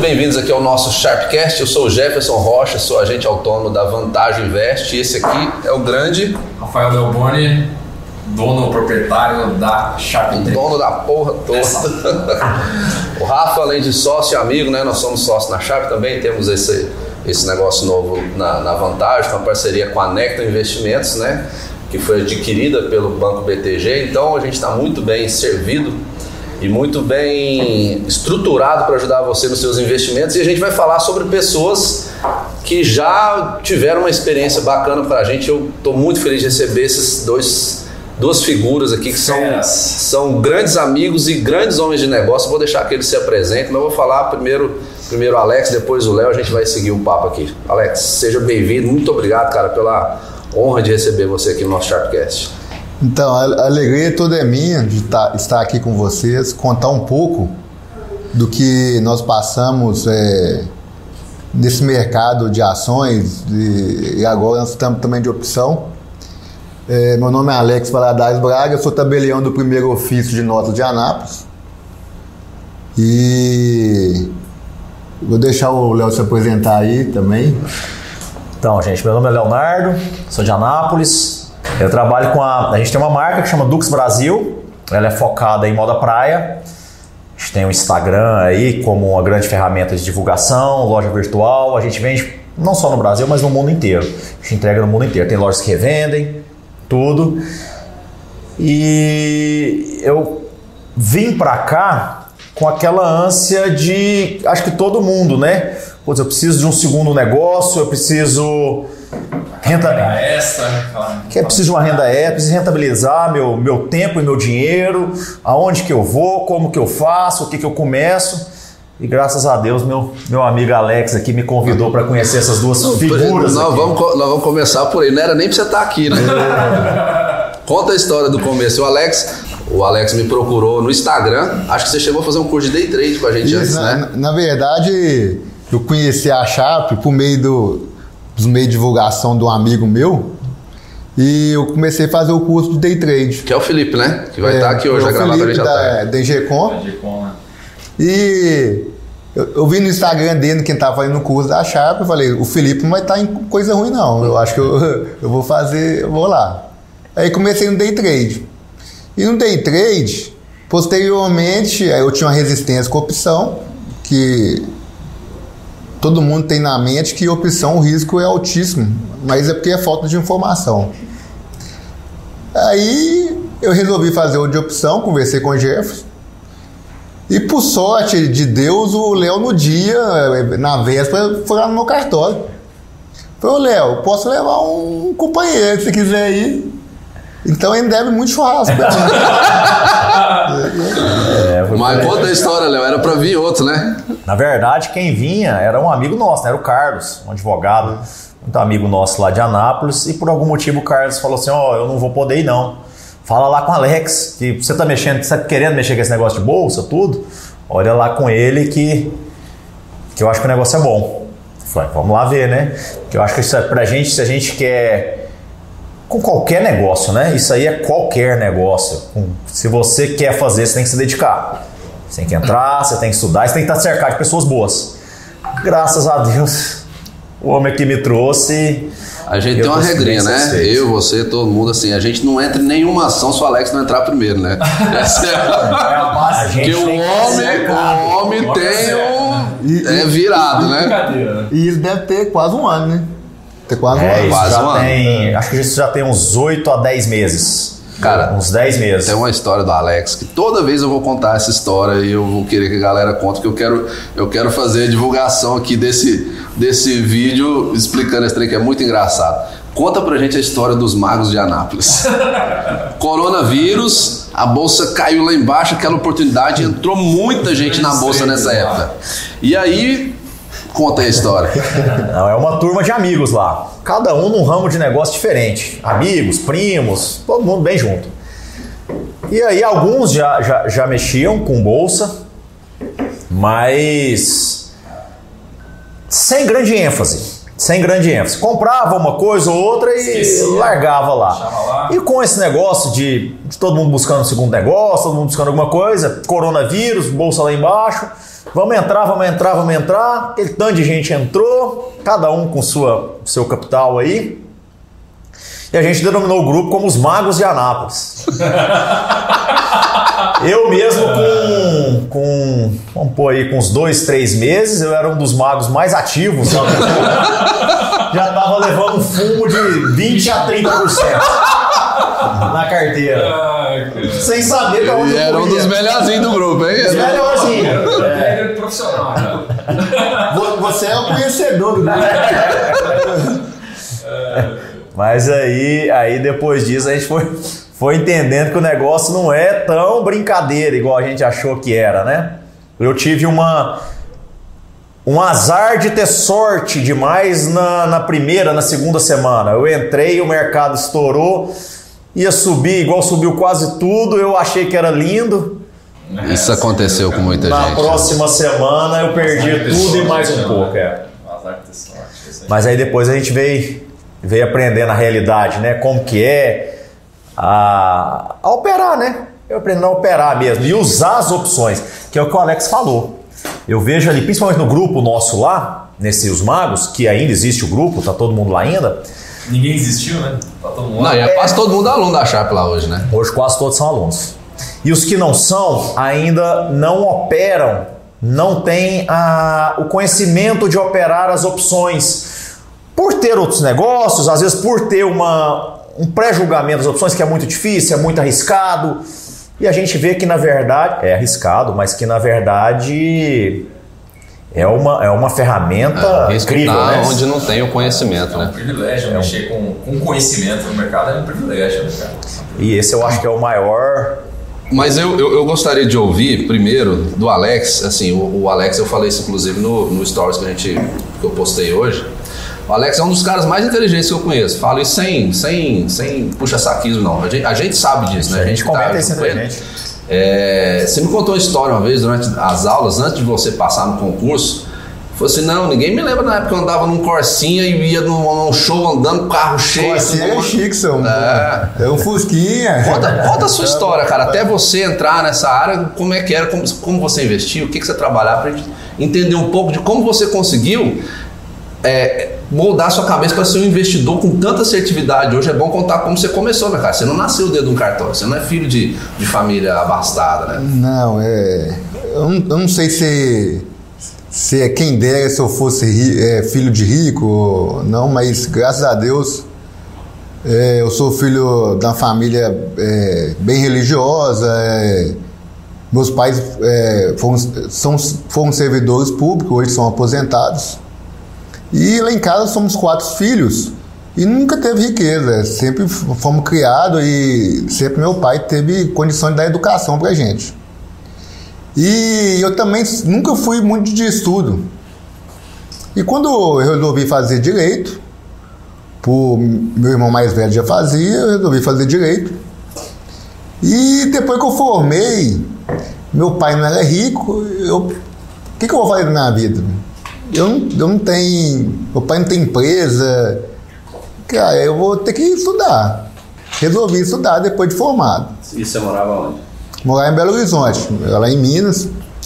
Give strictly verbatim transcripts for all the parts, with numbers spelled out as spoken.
bem-vindos aqui ao nosso Sharpcast. Eu sou o Jefferson Rocha, sou agente autônomo da Vantagem Invest e esse aqui é o grande... Rafael Delboni, dono proprietário da Sharp Trade. Dono da porra toda. O Rafa, além de sócio e amigo, né? Nós somos sócios na Sharp também, temos esse, esse negócio novo na, na Vantagem, uma parceria com a Necton Investimentos, né? Que foi adquirida pelo Banco B T G, então a gente está muito bem servido e muito bem estruturado para ajudar você nos seus investimentos, e a gente vai falar sobre pessoas que já tiveram uma experiência bacana para a gente. Eu estou muito feliz de receber esses dois, duas figuras aqui que são, são grandes amigos e grandes homens de negócio. Vou deixar que eles se apresentem, mas eu vou falar primeiro, primeiro o Alex, depois o Léo, a gente vai seguir o papo aqui. Alex, seja bem-vindo, muito obrigado, cara, pela honra de receber você aqui no nosso Sharpcast. Então, a alegria toda é minha de estar aqui com vocês, contar um pouco do que nós passamos é, nesse mercado de ações e, e agora nós estamos também de opção. É, meu nome é Alex Valadares Braga, sou tabelião do primeiro ofício de notas de Anápolis e vou deixar o Léo se apresentar aí também. Então, gente, meu nome é Leonardo, sou de Anápolis. Eu trabalho com a... A gente tem uma marca que chama Dux Brasil. Ela é focada em moda praia. A gente tem o Instagram aí como uma grande ferramenta de divulgação, loja virtual. A gente vende não só no Brasil, mas no mundo inteiro. A gente entrega no mundo inteiro. Tem lojas que revendem, tudo. E eu vim pra cá com aquela ânsia de... Acho que todo mundo, né? Pô, eu preciso de um segundo negócio, eu preciso... Renta extra, que é preciso de uma renda extra, preciso rentabilizar meu, meu tempo e meu dinheiro, aonde que eu vou, como que eu faço, o que que eu começo. E graças a Deus, meu, meu amigo Alex aqui me convidou para conhecer essas duas não, figuras. Nós vamos, nós vamos começar por aí, não era nem para você estar aqui, né? É. Conta a história do começo. O Alex, o Alex me procurou no Instagram, acho que você chegou a fazer um curso de day trade com a gente. Isso, antes, na, né? Na verdade, eu conheci a Sharp por meio do... dos meios de divulgação de um amigo meu, e eu comecei a fazer o curso de Day Trade. Que é o Felipe, né? Que vai é, estar aqui hoje, a gravata também já tá. D G Com. Né? E eu, eu vi no Instagram dele quem estava fazendo o curso da Sharp, eu falei, o Felipe não vai estar em coisa ruim não, eu acho que eu, eu vou fazer, eu vou lá. Aí comecei no Day Trade. E no Day Trade, posteriormente, eu tinha uma resistência com a opção, que... Todo mundo tem na mente que opção, o risco é altíssimo, mas é porque é falta de informação. Aí eu resolvi fazer o de opção, conversei com o Jefferson, e por sorte de Deus, o Léo no dia, na véspera, foi lá no meu cartório. Falei, ô Léo, posso levar um companheiro se quiser ir. Então ele deve muito churrasco. é, Mas conta a história, Léo, era pra vir outro, né? Na verdade, quem vinha era um amigo nosso, né? Era o Carlos, um advogado, muito amigo nosso lá de Anápolis, e por algum motivo o Carlos falou assim, ó, oh, eu não vou poder ir não. Fala lá com o Alex, que você tá mexendo, você tá querendo mexer com esse negócio de bolsa, tudo, olha lá com ele que, que eu acho que o negócio é bom. Falei, vamos lá ver, né? Porque eu acho que isso é pra gente, se a gente quer... Com qualquer negócio, né? Isso aí é qualquer negócio. Se você quer fazer, você tem que se dedicar. Você tem que entrar, você tem que estudar, você tem que estar cercado de pessoas boas. Graças a Deus, o homem que me trouxe... A gente tem uma regrinha, né? Eu, você, todo mundo, assim, a gente não entra em nenhuma ação se o Alex não entrar primeiro, né? Essa é a... Porque o homem, o homem tem um... É virado, né? E ele deve ter quase um ano, né? Tem quase um é, ano. Quase um tem, ano. Acho que isso já tem uns oito a dez meses. Cara, uns dez meses. Tem uma história do Alex que toda vez eu vou contar essa história e eu vou querer que a galera conte, que eu quero, eu quero fazer a divulgação aqui desse, desse vídeo explicando esse trem que é muito engraçado. Conta pra gente a história dos magos de Anápolis. Coronavírus, a bolsa caiu lá embaixo, aquela oportunidade, entrou muita gente na bolsa nessa época. E aí... Conta aí a história. Não, é uma turma de amigos lá. Cada um num ramo de negócio diferente. Amigos, primos, todo mundo bem junto. E aí alguns já, já, já mexiam com bolsa, mas sem grande ênfase. Sem grande ênfase. Comprava uma coisa ou outra e Esquecia. largava lá. lá. E com esse negócio de, de todo mundo buscando um segundo negócio, todo mundo buscando alguma coisa, coronavírus, bolsa lá embaixo... Vamos entrar, vamos entrar, vamos entrar. Aquele tanto de gente entrou, cada um com sua, seu capital aí. E a gente denominou o grupo como os Magos de Anápolis. Eu mesmo com, com, vamos pôr aí, com uns dois, três meses, eu era um dos magos mais ativos. Sabe? Já estava levando um fumo de vinte a trinta por cento na carteira. Ah, sem saber pra onde eu era um dos melhorzinhos do grupo, hein? Os melhorzinhos. É, é profissional, cara. Você é o conhecedor do grupo. Mas aí, aí depois disso a gente foi, foi entendendo que o negócio não é tão brincadeira igual a gente achou que era, né? Eu tive uma, um azar de ter sorte demais na, na primeira, na segunda semana. Eu entrei, o mercado estourou, ia subir igual subiu quase tudo, eu achei que era lindo. Isso aconteceu com muita na gente. Na próxima semana eu perdi tudo sorte, e mais um pouco. É. Azar de ter sorte. Mas aí depois a gente veio... veio aprender na realidade, né? Como que é a, a operar, né? Eu aprendendo a operar mesmo e usar as opções, que é o que o Alex falou. Eu vejo ali, principalmente no grupo nosso lá, nesse Os Magos, que ainda existe o grupo, tá todo mundo lá ainda. Ninguém desistiu, né? Tá todo mundo lá. Não, e é quase todo mundo aluno da Sharp lá hoje, né? Hoje quase todos são alunos. E os que não são, ainda não operam, não têm a, o conhecimento de operar as opções. Por ter outros negócios, às vezes por ter uma, um pré-julgamento das opções que é muito difícil, é muito arriscado. E a gente vê que na verdade, é arriscado, mas que na verdade é uma, é uma ferramenta é, incrível, tá né? Onde não tem o conhecimento, é um, né? É um privilégio, é um... mexer com, com conhecimento no mercado é um privilégio, né, cara? E esse eu acho que é o maior... Mas eu, eu, eu gostaria de ouvir primeiro do Alex, assim, o, o Alex, eu falei isso inclusive no, no stories que, a gente, que eu postei hoje. O Alex é um dos caras mais inteligentes que eu conheço. Falo isso sem, sem, sem puxa-saquismo, não. A gente, a gente sabe disso, né? A gente comenta isso entre a gente. É, você me contou uma história uma vez durante as aulas, antes de você passar no concurso. Falou assim, não, ninguém me lembra na época que eu andava num Corsinha e ia num, num show andando com carro cheio. Corsinha é chique, seu. É. É um Fusquinha. Conta, conta a sua história, cara. Até você entrar nessa área, como é que era, como, como você investiu, o que, que você trabalhava, pra gente entender um pouco de como você conseguiu... É, moldar sua cabeça para ser um investidor com tanta assertividade. Hoje é bom contar como você começou, né, cara? Você não nasceu dentro de um cartório, você não é filho de, de família abastada, né? Não, é... Eu não, eu não sei se, se é quem dera se eu fosse ri, é, filho de rico, não, mas graças a Deus é, eu sou filho de uma família é, bem religiosa, é, meus pais é, foram, são, foram servidores públicos, hoje são aposentados. E lá em casa somos quatro filhos e nunca teve riqueza, sempre fomos criados e sempre meu pai teve condição de dar educação pra gente. E eu também nunca fui muito de estudo. E quando eu resolvi fazer direito, por meu irmão mais velho já fazia, eu resolvi fazer direito. E depois que eu formei, meu pai não era rico, eu, o que, que eu vou fazer na minha vida? Eu não, eu não tenho... Meu pai não tem empresa. Cara, eu vou ter que estudar. Resolvi estudar depois de formado. E você morava onde? Morava em Belo Horizonte, lá em Minas.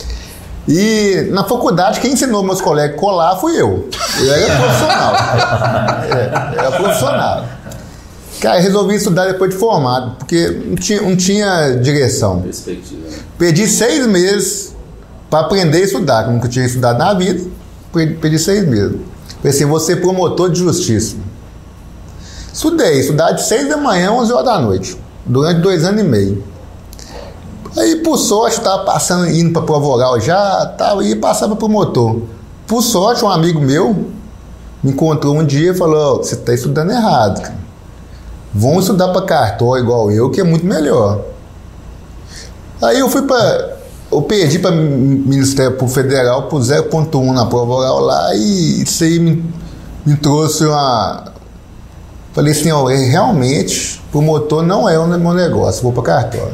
E na faculdade, quem ensinou meus colegas a colar fui eu. Eu era profissional. é, era profissional. Cara, resolvi estudar depois de formado, porque não tinha, não tinha direção. Perspectiva. Perdi seis meses para aprender a estudar, que nunca tinha estudado na vida. Perdi seis meses. Falei assim, vou ser promotor de justiça. Estudei, estudar de seis da manhã a onze horas da noite, durante dois anos e meio. Aí, por sorte, estava passando, indo para prova oral já, tal, e passava para promotor. Por sorte, um amigo meu me encontrou um dia e falou, você está estudando errado, cara. Vão estudar para cartório igual eu, que é muito melhor. Aí eu fui para... Eu perdi para o Ministério Público Federal por zero ponto um na prova oral lá e isso aí me, me trouxe uma... Falei assim, ó, realmente, promotor não é o meu negócio, vou para cartório.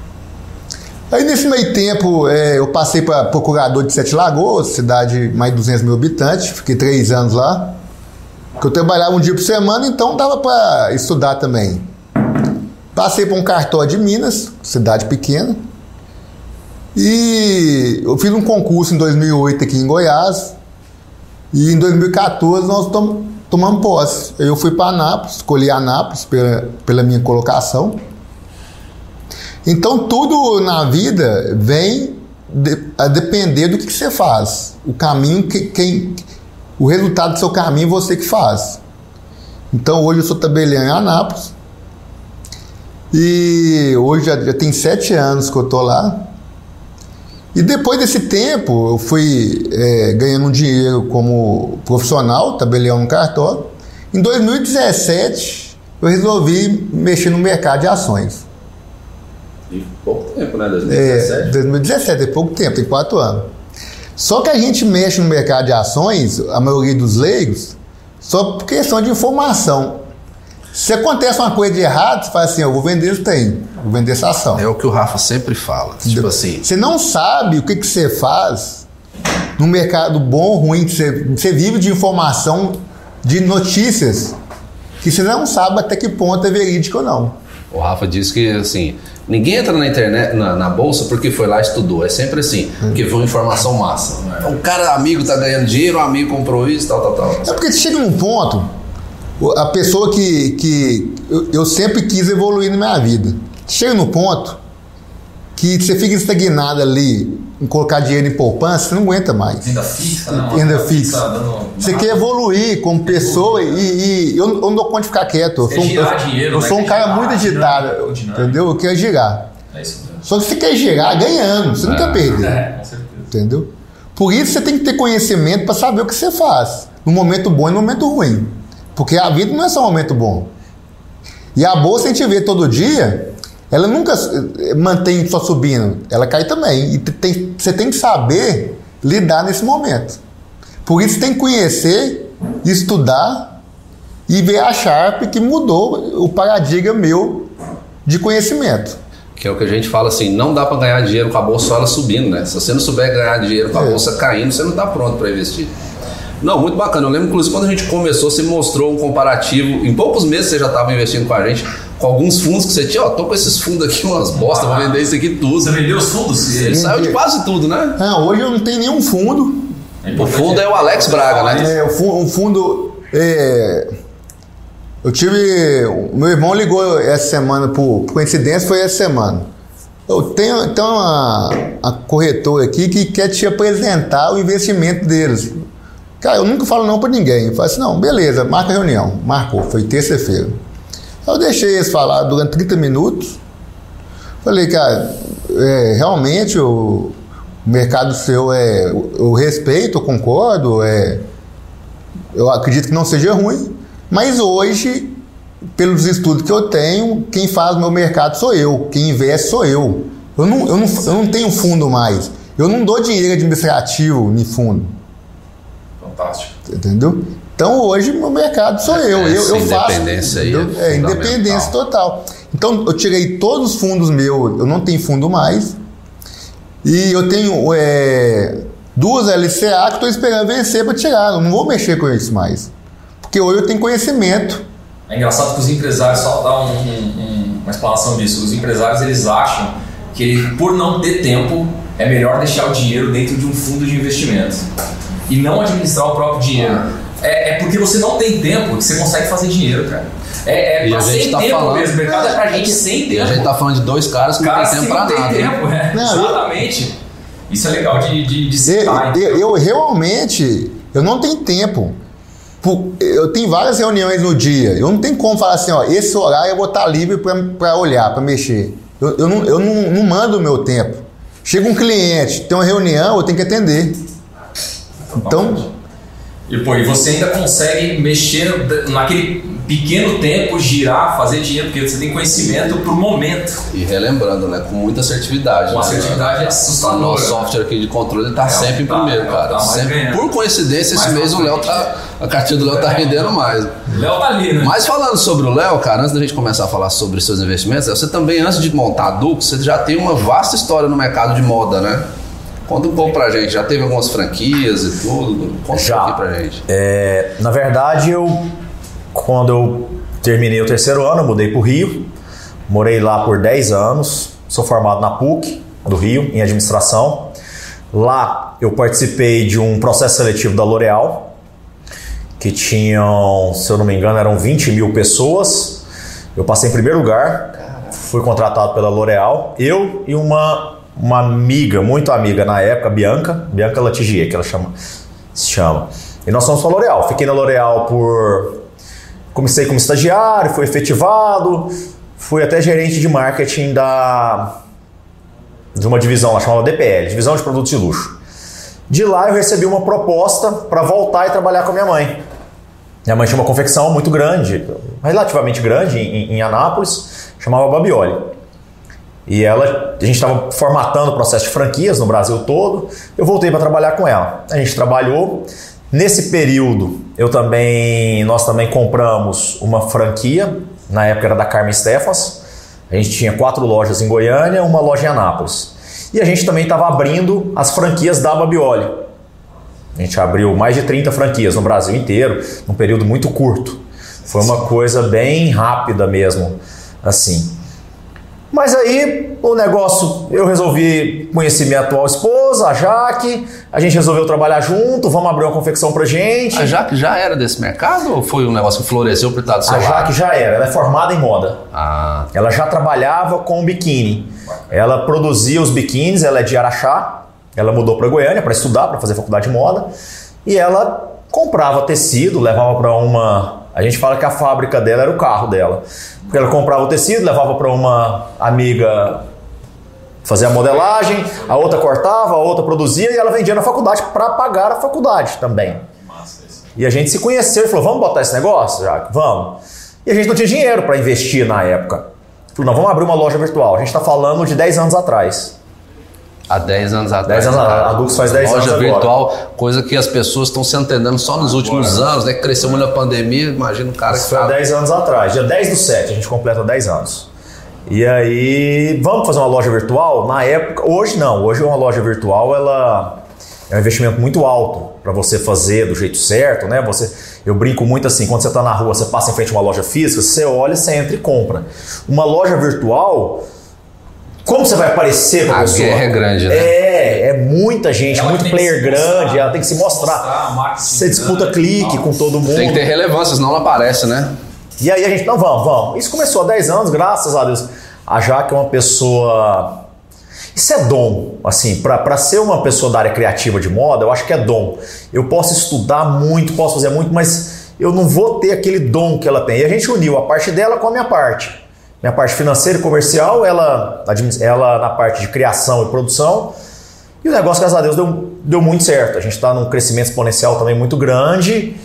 Aí nesse meio tempo é, eu passei para procurador de Sete Lagoas, cidade de mais de duzentos mil habitantes, fiquei três anos lá, que eu trabalhava um dia por semana, então dava para estudar também. Passei para um cartório de Minas, cidade pequena, e fui, eu fiz um concurso em dois mil e oito aqui em Goiás e em dois mil e quatorze nós tom, tomamos posse. Eu fui para Anápolis, escolhi Anápolis pela, pela minha colocação. Então tudo na vida vem de, a depender do que, que você faz. O caminho, que, quem, o resultado do seu caminho você que faz. Então hoje eu sou tabelião em Anápolis e hoje já, já tem sete anos que eu estou lá. E depois desse tempo eu fui é, ganhando um dinheiro como profissional, tabelião no cartório. Em dois mil e dezessete eu resolvi mexer no mercado de ações. E pouco tempo, né? dois mil e dezessete? É, dois mil e dezessete, é pouco tempo, tem quatro anos. Só que a gente mexe no mercado de ações, a maioria dos leigos, só por questão de informação. Se acontece uma coisa de errado, você fala assim, eu vou vender isso tem, vou vender essa ação. É o que o Rafa sempre fala. Tipo assim. Você não sabe o que, que você faz no mercado bom ou ruim, você, você vive de informação, de notícias, que você não sabe até que ponto é verídico ou não. O Rafa disse que assim, ninguém entra na internet, na, na bolsa porque foi lá e estudou. É sempre assim, porque viu informação massa. Um cara amigo tá ganhando dinheiro, um amigo comprou isso, tal, tal, tal. É porque chega num ponto, a pessoa que, que eu, eu sempre quis evoluir na minha vida. Chega no ponto que você fica estagnado ali em colocar dinheiro em poupança, você não aguenta mais. Renda fixa, não. Renda fixa. Dando... Você quer evoluir como pessoa e, e eu, eu não dou conta de ficar quieto. Eu Você sou um, girar eu, dinheiro, eu né? sou um Quer cara girar, muito agitado, dinâmico, dinâmico. entendeu? Eu quero girar. É isso mesmo. Só que você quer girar ganhando, você não quer perder. É, com certeza. Entendeu? Por isso você tem que ter conhecimento para saber o que você faz. No momento bom e no momento ruim. Porque a vida não é só um momento bom. E a bolsa a gente vê todo dia, ela nunca mantém só subindo, ela cai também. E tem, você tem que saber lidar nesse momento. Por isso tem que conhecer, estudar e ver a Sharp que mudou o paradigma meu de conhecimento. Que é o que a gente fala assim, não dá para ganhar dinheiro com a bolsa só ela subindo, né? Se você não souber ganhar dinheiro com a é. bolsa caindo, você não está pronto para investir. Não, muito bacana. Eu lembro, inclusive, quando a gente começou, você mostrou um comparativo. Em poucos meses você já estava investindo com a gente, com alguns fundos que você tinha. Ó, tô com esses fundos aqui, umas bosta, vou vender isso aqui tudo. Você vendeu os fundos? Ele saiu de quase tudo, né? Não, hoje eu não tenho nenhum fundo. O fundo é o Alex Braga, né? É, o fundo... O fundo é, eu tive... O meu irmão ligou essa semana, por, por coincidência, foi essa semana. Eu tenho, tenho uma, uma corretora aqui que quer te apresentar o investimento deles. Cara, eu nunca falo não pra ninguém. Eu falo assim, não, beleza, marca a reunião. Marcou, foi terça-feira. Eu deixei eles falar durante trinta minutos. Falei, cara, é, realmente o mercado seu é... Eu respeito, eu concordo, é, eu acredito que não seja ruim, mas hoje, pelos estudos que eu tenho, quem faz o meu mercado sou eu, quem investe sou eu. Eu não, eu não, eu não tenho fundo mais. Eu não dou dinheiro administrativo em fundo. Fantástico. Entendeu? Então hoje meu mercado sou eu. É, eu, essa eu faço. independência aí É, é independência total. Então eu tirei todos os fundos meus, eu não tenho fundo mais. E eu tenho é, duas L C A que estou esperando vencer para tirar. Eu não vou mexer com isso mais. Porque hoje eu tenho conhecimento. É engraçado que os empresários, só dar um, um, uma explanação disso, os empresários eles acham que ele, por não ter tempo, é melhor deixar o dinheiro dentro de um fundo de investimento e não administrar o próprio dinheiro. É, é porque você não tem tempo que você consegue fazer dinheiro, cara. É, é pra sem tá tempo falando, mesmo, o mercado é pra gente sem tempo. E a gente tá falando de dois caras que não Caras tem tempo que pra não nada. tem né? tempo, é. Não, Exatamente. Isso é legal de, de, de Eu, citar. eu, eu realmente eu não tenho tempo. Eu tenho várias reuniões no dia. Eu não tenho como falar assim, ó, esse horário eu vou estar livre para olhar, para mexer. Eu, eu, não, eu não, não mando o meu tempo. Chega um cliente, tem uma reunião, eu tenho que atender. Então... E, pô, e você ainda consegue mexer naquele pequeno tempo, girar, fazer dinheiro, porque você tem conhecimento pro momento. E relembrando, né? Com muita assertividade. Com né? assertividade é assustadora. O nosso software aqui de controle tá É, sempre em tá, primeiro, é, cara. tá mais sempre, ganhando. por coincidência, esse Mais mês o pra Léo frente. tá. A cartinha do Léo tá rendendo mais. O Léo tá ali, né? Mas falando sobre o Léo, cara, antes da gente começar a falar sobre seus investimentos, você também, antes de montar a Dux, você já tem uma vasta história no mercado de moda, né? Conta um pouco pra gente, já teve algumas franquias e tudo? Conta Já. um pouquinho pra gente. É, na verdade, eu quando eu terminei o terceiro ano, eu mudei pro Rio, morei lá por dez anos, sou formado na P U C do Rio, em administração. Lá eu participei de um processo seletivo da L'Oréal, que tinham, se eu não me engano, eram vinte mil pessoas. Eu passei em primeiro lugar, fui contratado pela L'Oréal, eu e uma, uma amiga, muito amiga na época, Bianca, Bianca Latigier, que ela chama, se chama. E nós fomos para a L'Oréal. Fiquei na L'Oréal por... Comecei como estagiário, fui efetivado, fui até gerente de marketing da, de uma divisão lá, chamada D P L, Divisão de Produtos de Luxo. De lá eu recebi uma proposta para voltar e trabalhar com a minha mãe. Minha mãe tinha uma confecção muito grande, relativamente grande, em, em Anápolis, chamava Babioli. E ela, a gente estava formatando o processo de franquias no Brasil todo, eu voltei para trabalhar com ela. A gente trabalhou. Nesse período, eu também, nós também compramos uma franquia, na época era da Carmen Steffans. A gente tinha quatro lojas em Goiânia, uma loja em Anápolis. E a gente também estava abrindo as franquias da Babioli. A gente abriu mais de trinta franquias no Brasil inteiro, num período muito curto. Foi uma coisa bem rápida mesmo, assim. Mas aí o negócio, eu resolvi conhecer minha atual esposa, a Jaque, a gente resolveu trabalhar junto, vamos abrir uma confecção pra gente. A Jaque já era desse mercado ou foi um negócio que floresceu por estar do seu A lado? Jaque já era, ela é formada em moda. Ah. Ela já trabalhava com biquíni. Ela produzia os biquínis, ela é de Araxá, ela mudou para Goiânia para estudar, para fazer faculdade de moda, e ela comprava tecido, levava para uma... A gente fala que a fábrica dela era o carro dela. Porque ela comprava o tecido, levava para uma amiga fazer a modelagem, a outra cortava, a outra produzia e ela vendia na faculdade para pagar a faculdade também. E a gente se conheceu e falou, vamos botar esse negócio, Jaque? Vamos. E a gente não tinha dinheiro para investir na época. Falou, não, vamos abrir uma loja virtual. A gente está falando de dez anos atrás. Há dez anos atrás. dez anos, a Dux faz dez anos Loja agora. virtual, coisa que as pessoas estão se entendendo só nos últimos anos, né? Que cresceu muito na pandemia, imagina o cara Isso que foi há fala... dez anos atrás, dia dez do sete, a gente completa dez anos. E aí, vamos fazer uma loja virtual? Na época, hoje não, hoje uma loja virtual, ela é um investimento muito alto para você fazer do jeito certo, né? Você, eu brinco muito assim, quando você está na rua, você passa em frente a uma loja física, você olha, você entra e compra. Uma loja virtual... Como você vai aparecer para a pessoa? A guerra é grande, né? É, é muita gente, Ela muito player grande, ela tem que se mostrar. mostrar você disputa clique com todo mundo. Tem que ter relevância, senão não aparece, né? E aí a gente, não, vamos, vamos. Isso começou há dez anos, graças a Deus. A Jaque é uma pessoa... Isso é dom, assim, para ser uma pessoa da área criativa de moda, eu acho que é dom. Eu posso estudar muito, posso fazer muito, mas eu não vou ter aquele dom que ela tem. E a gente uniu a parte dela com a minha parte. Minha parte financeira e comercial, ela, ela na parte de criação e produção. E o negócio, graças a Deus, deu, deu muito certo. A gente está num crescimento exponencial também muito grande.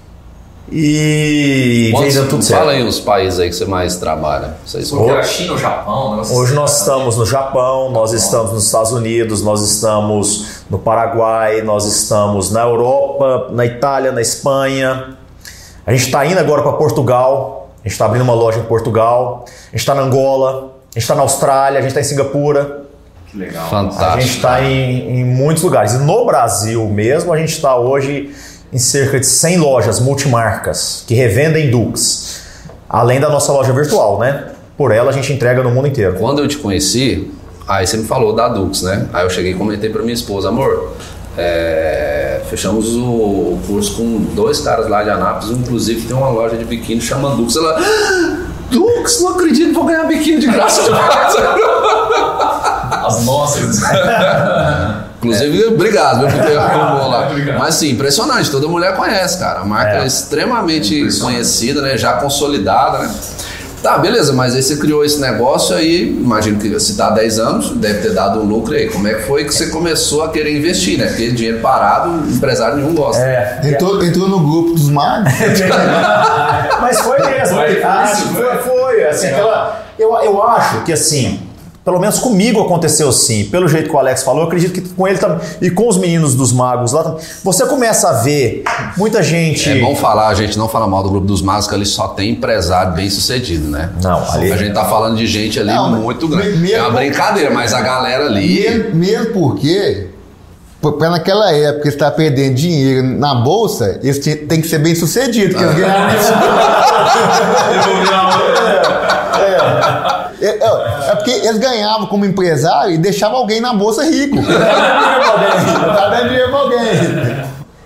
E vem dando tudo certo. Fala aí os países aí que você mais trabalha. Vocês Porque era China ou Japão? Hoje nós estamos no Japão, nós estamos nos Estados Unidos, nós estamos no Paraguai, nós estamos na Europa, na Itália, na Espanha. A gente está indo agora para Portugal. A gente está abrindo uma loja em Portugal, a gente está na Angola, a gente está na Austrália, a gente está em Singapura. Que legal. Fantástico. A gente está em, em muitos lugares. E no Brasil mesmo, a gente está hoje em cerca de cem lojas multimarcas que revendem Dux. Além da nossa loja virtual, né? Por ela a gente entrega no mundo inteiro. Quando eu te conheci, aí você me falou da Dux, né? Aí eu cheguei e comentei para minha esposa, amor, é, fechamos o, o curso com dois caras lá de Anápolis, inclusive tem uma loja de biquíni chamada Dux. Ela, ah, Dux, não acredito, vou ganhar biquíni de graça de casa. As nossas. Inclusive, é. obrigado, meu, porque arrumou lá. Obrigado. Mas sim, impressionante, toda mulher conhece, cara. A marca é, é extremamente conhecida, né? Já consolidada, né? Tá, beleza, mas aí você criou esse negócio aí, imagino que se dá dez anos, deve ter dado um lucro aí. Como é que foi que você começou a querer investir, né? Porque dinheiro parado, empresário nenhum gosta. É. Entrou, entrou no grupo dos magos. Mas foi mesmo. Foi, acho, foi, foi. Assim, aquela, eu, eu acho que assim, pelo menos comigo aconteceu assim, pelo jeito que o Alex falou, eu acredito que com ele também, e com os meninos dos magos lá, você começa a ver muita gente... É bom falar, a gente não fala mal do grupo dos magos, que ali só tem empresário bem sucedido, né? Não, ali... A gente tá falando de gente ali não, muito grande. Mesmo, é uma brincadeira, mas a galera ali... Mesmo, mesmo porque, porque naquela época você está perdendo dinheiro na bolsa, eles tem que ser bem sucedido, porque eles ganham... É, é, é porque eles ganhavam como empresário e deixavam alguém na bolsa rico.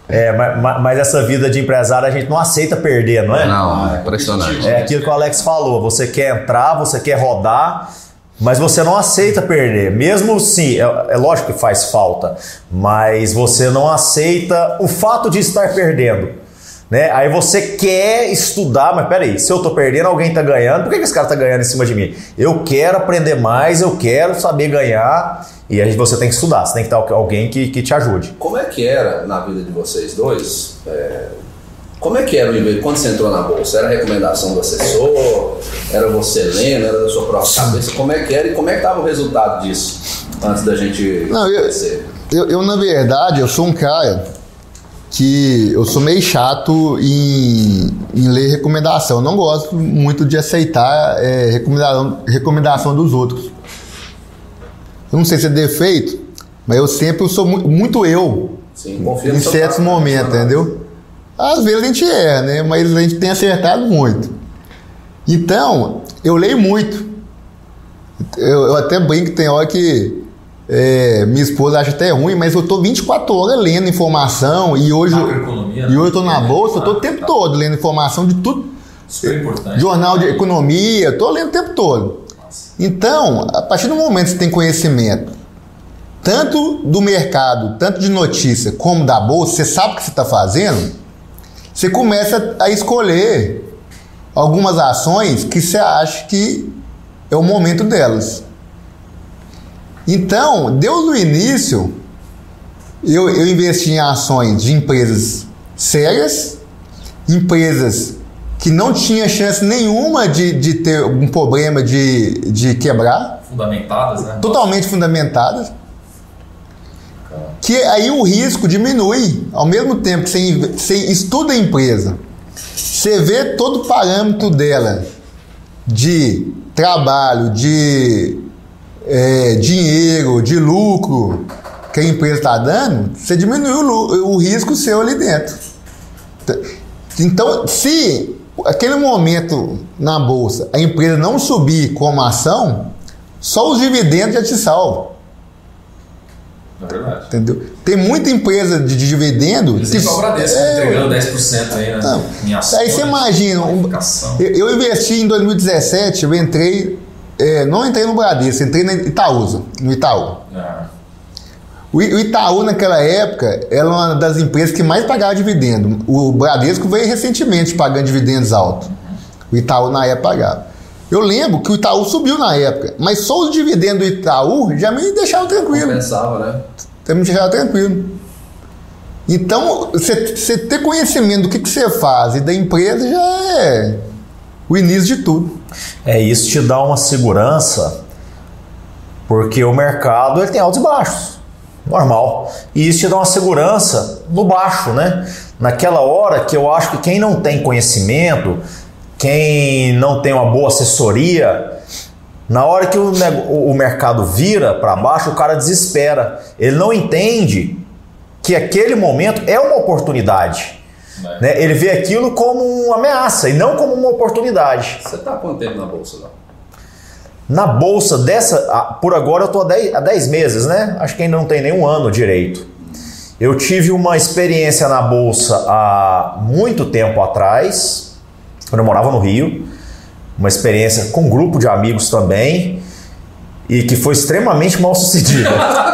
É, mas, mas essa vida de empresário a gente não aceita perder, não é? Não, é impressionante. É aquilo que o Alex falou, você quer entrar, você quer rodar, mas você não aceita perder. Mesmo sim, é, é lógico que faz falta, mas você não aceita o fato de estar perdendo. Né? Aí você quer estudar, mas peraí, se eu tô perdendo, alguém tá ganhando, por que, que esse cara tá ganhando em cima de mim? Eu quero aprender mais, eu quero saber ganhar, e aí você tem que estudar, você tem que ter alguém que, que te ajude. Como é que era na vida de vocês dois? É, como é que era o investimento? Quando você entrou na bolsa? Era recomendação do assessor? Era você lendo? Era da sua própria cabeça? Como é que era e como é que estava o resultado disso antes da gente Não, eu, eu, eu, na verdade, eu sou um cara que eu sou meio chato em, em ler recomendação. Eu não gosto muito de aceitar é, recomendação, recomendação dos outros. Eu não sei se é defeito, mas eu sempre sou muito, muito eu. Sim, confio em certos momentos, entendeu? Às vezes a gente erra, né? Mas a gente tem acertado muito. Então, eu leio muito. Eu, eu até brinco, tem hora que É, minha esposa acha até ruim, mas eu tô vinte e quatro horas lendo informação e hoje, e hoje eu tô na bolsa, eu tô o tempo todo lendo informação de tudo. Super importante. Jornal de economia, eu tô lendo o tempo todo. Então, a partir do momento que você tem conhecimento, tanto do mercado, tanto de notícia, como da bolsa, você sabe o que você está fazendo, você começa a escolher algumas ações que você acha que é o momento delas. Então, desde o início, eu, eu investi em ações de empresas sérias, empresas que não tinham chance nenhuma de, de ter um problema de, de quebrar. Fundamentadas, né? Totalmente fundamentadas. Que aí o risco diminui. Ao mesmo tempo que você, você estuda a empresa, você vê todo o parâmetro dela de trabalho, de... É, dinheiro, de lucro que a empresa está dando, você diminui o, o risco seu ali dentro. Então, se aquele momento na bolsa a empresa não subir como ação, só os dividendos já te salvam. É verdade. Entendeu? Tem muita empresa de, de dividendo. Por exemplo, que, o Bradesco é, entregando dez por cento aí, né? Não, em ações, aí você imagina, um, eu, eu investi em dois mil e dezessete, eu entrei. É, não entrei no Bradesco, entrei no Itaúsa, no Itaú. É. O, o Itaú, naquela época, era uma das empresas que mais pagava dividendo. O Bradesco veio recentemente pagando dividendos altos. O Itaú, na época, pagava. Eu lembro que o Itaú subiu na época, mas só os dividendos do Itaú já me deixavam tranquilo. Compensava, né? Já me deixava tranquilo. Então, você ter conhecimento do que você faz e da empresa já é o início de tudo. É, isso te dá uma segurança, porque o mercado ele tem altos e baixos, normal. E isso te dá uma segurança no baixo, né? Naquela hora que eu acho que quem não tem conhecimento, quem não tem uma boa assessoria, na hora que o, o mercado vira para baixo, o cara desespera. Ele não entende que aquele momento é uma oportunidade. É. Né? Ele vê aquilo como uma ameaça e não como uma oportunidade. Você está há quanto tempo na bolsa lá? Na bolsa dessa, por agora eu estou há dez meses, né? Acho que ainda não tem nem um ano direito. Eu tive uma experiência na bolsa há muito tempo atrás, quando eu morava no Rio, uma experiência com um grupo de amigos também, e que foi extremamente mal sucedida.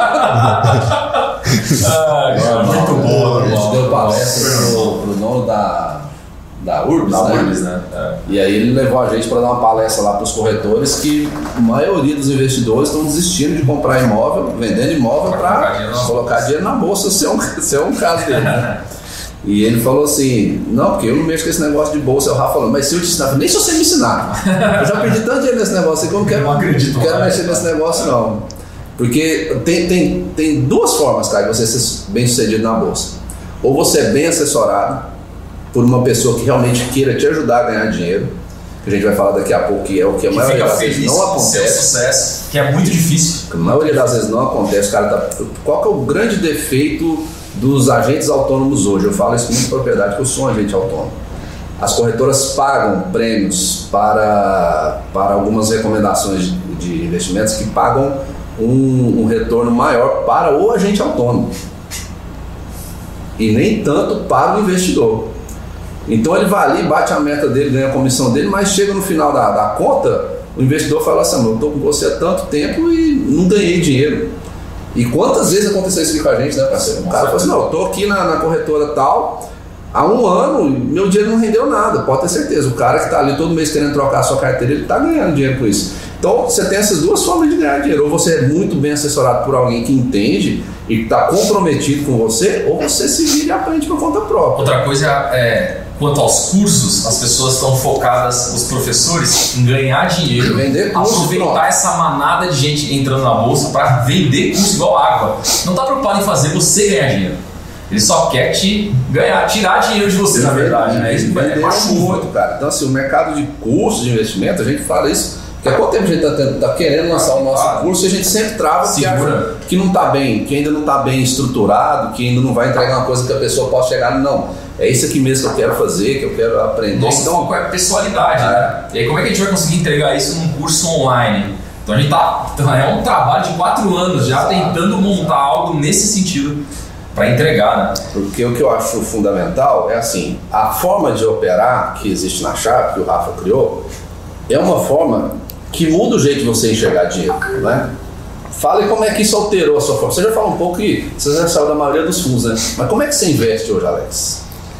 Ah, cara, muito boa, a gente deu palestra pro, pro dono da, da Urbis, da né? Urbis, né? É. E aí ele levou a gente para dar uma palestra lá para os corretores que a maioria dos investidores estão desistindo de comprar imóvel, vendendo imóvel para colocar dinheiro na bolsa, se é um, se é um caso dele, né? E ele falou assim, não, porque eu não mexo com esse negócio de bolsa. O Rafa falou, mas se eu te ensinar, nem se você me ensinar. Eu já perdi tanto dinheiro nesse negócio que eu não quero, não acredito, não quero né? mexer nesse negócio não. Porque tem, tem, tem duas formas, cara, de você ser bem sucedido na bolsa. Ou você é bem assessorado por uma pessoa que realmente queira te ajudar a ganhar dinheiro, que a gente vai falar daqui a pouco, que é o que a que maioria das vezes não acontece. Sucesso, que é muito difícil. A maioria das vezes não acontece. Cara, tá, qual que é o grande defeito dos agentes autônomos hoje? Eu falo isso com muita propriedade, que eu sou um agente autônomo. As corretoras pagam prêmios para, para algumas recomendações de, de investimentos que pagam um, um retorno maior para o agente autônomo. e nem tanto para o investidor. Então ele vai ali, bate a meta dele, ganha a comissão dele, mas chega no final da, da conta, o investidor fala assim, eu estou com você há tanto tempo e não ganhei dinheiro. E quantas vezes aconteceu isso aqui com a gente, né, parceiro? O cara fala assim, não, eu estou aqui na, na corretora tal, há um ano, meu dinheiro não rendeu nada, pode ter certeza. O cara que está ali todo mês querendo trocar a sua carteira, ele está ganhando dinheiro com isso. Então você tem essas duas formas de ganhar dinheiro. Ou você é muito bem assessorado por alguém que entende e está comprometido com você, ou você se vira e aprende por conta própria. Outra coisa é, quanto aos cursos, as pessoas estão focadas, os professores, em ganhar dinheiro, vender curso, aproveitar pronto. essa manada de gente entrando na bolsa para vender curso igual água. Não está preocupado em fazer você ganhar dinheiro. Ele só quer te ganhar, tirar dinheiro de você, na verdade, né? Isso é muito, cara. Então, assim, o mercado de curso de investimento, a gente fala isso, porque há quanto tempo a gente está tá querendo lançar o nosso ah, curso e a gente sempre trava que, acha que não está bem, que ainda não está bem estruturado, que ainda não vai entregar uma coisa que a pessoa possa chegar, não. É isso aqui mesmo que eu quero fazer, que eu quero aprender. Nossa, então, qual é a pessoalidade, é. né? E aí, como é que a gente vai conseguir entregar isso num curso online? Então, a gente tá. É um trabalho de quatro anos já tentando montar algo nesse sentido para entregar, né? Porque o que eu acho fundamental é assim, a forma de operar que existe na Sharpe, que o Rafa criou, é uma forma que muda o jeito de você enxergar dinheiro, né? Fale como é que isso alterou a sua forma. Você já falou um pouco que você já saiu da maioria dos fundos, né? Mas como é que você investe hoje, Alex?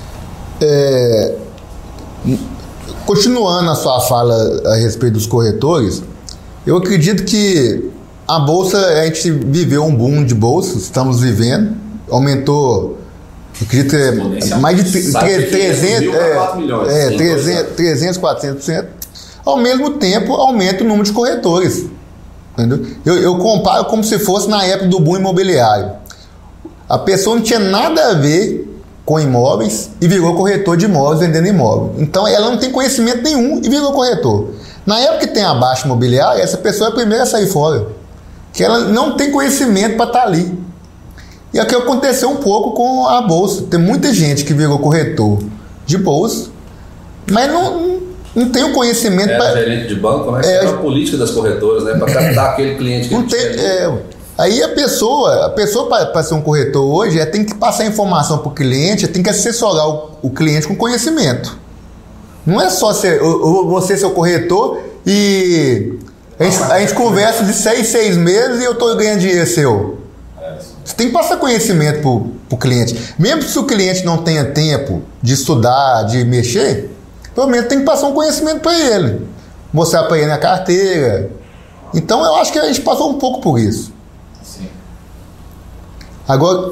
É, continuando a sua fala a respeito dos corretores, eu acredito que a bolsa, a gente viveu um boom de bolsa, estamos vivendo, aumentou, eu acredito que é mais de trezentos, é, é, trezentos, trezentos, quatrocentos por cento. Ao mesmo tempo, aumenta o número de corretores. Entendeu? Eu, eu comparo como se fosse na época do boom imobiliário. A pessoa não tinha nada a ver com imóveis e virou corretor de imóveis vendendo imóvel. Então ela não tem conhecimento nenhum e virou corretor. Na época que tem a baixa imobiliária, essa pessoa é a primeira a sair fora. Que ela não tem conhecimento para estar ali. E é o que aconteceu um pouco com a bolsa. Tem muita gente que virou corretor de bolsa, mas não, não tem o conhecimento é, para... gerente de banco, né? É, é a política das corretoras, né? Para captar aquele cliente que não tem, é, aí a pessoa, a pessoa para ser um corretor hoje, ela tem que passar informação para o cliente, tem que assessorar o, o cliente com conhecimento. Não é só ser, você ser o corretor e a gente, a gente conversa de seis, seis meses e eu estou ganhando dinheiro seu. Você tem que passar conhecimento para o cliente. Mesmo se o cliente não tenha tempo de estudar, de mexer, pelo menos tem que passar um conhecimento para ele. Mostrar para ele na carteira. Então eu acho que a gente passou um pouco por isso. Sim. Agora,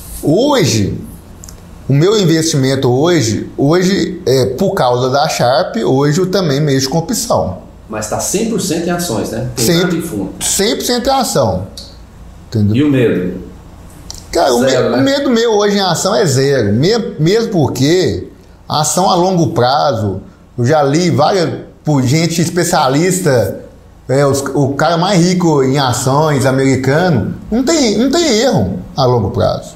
hoje, o meu investimento hoje, hoje é, por causa da Sharpe, hoje eu também mexo com opção. Mas está cem por cento em ações, né? Tem cem, nada em fundo. cem por cento em ação. Entendeu? E o medo? Cara, zero, o, me, né? o medo meu hoje em ação é zero. Me, mesmo porque a ação a longo prazo, eu já li várias, por gente especialista, é, os, o cara mais rico em ações americano, não tem, não tem erro a longo prazo.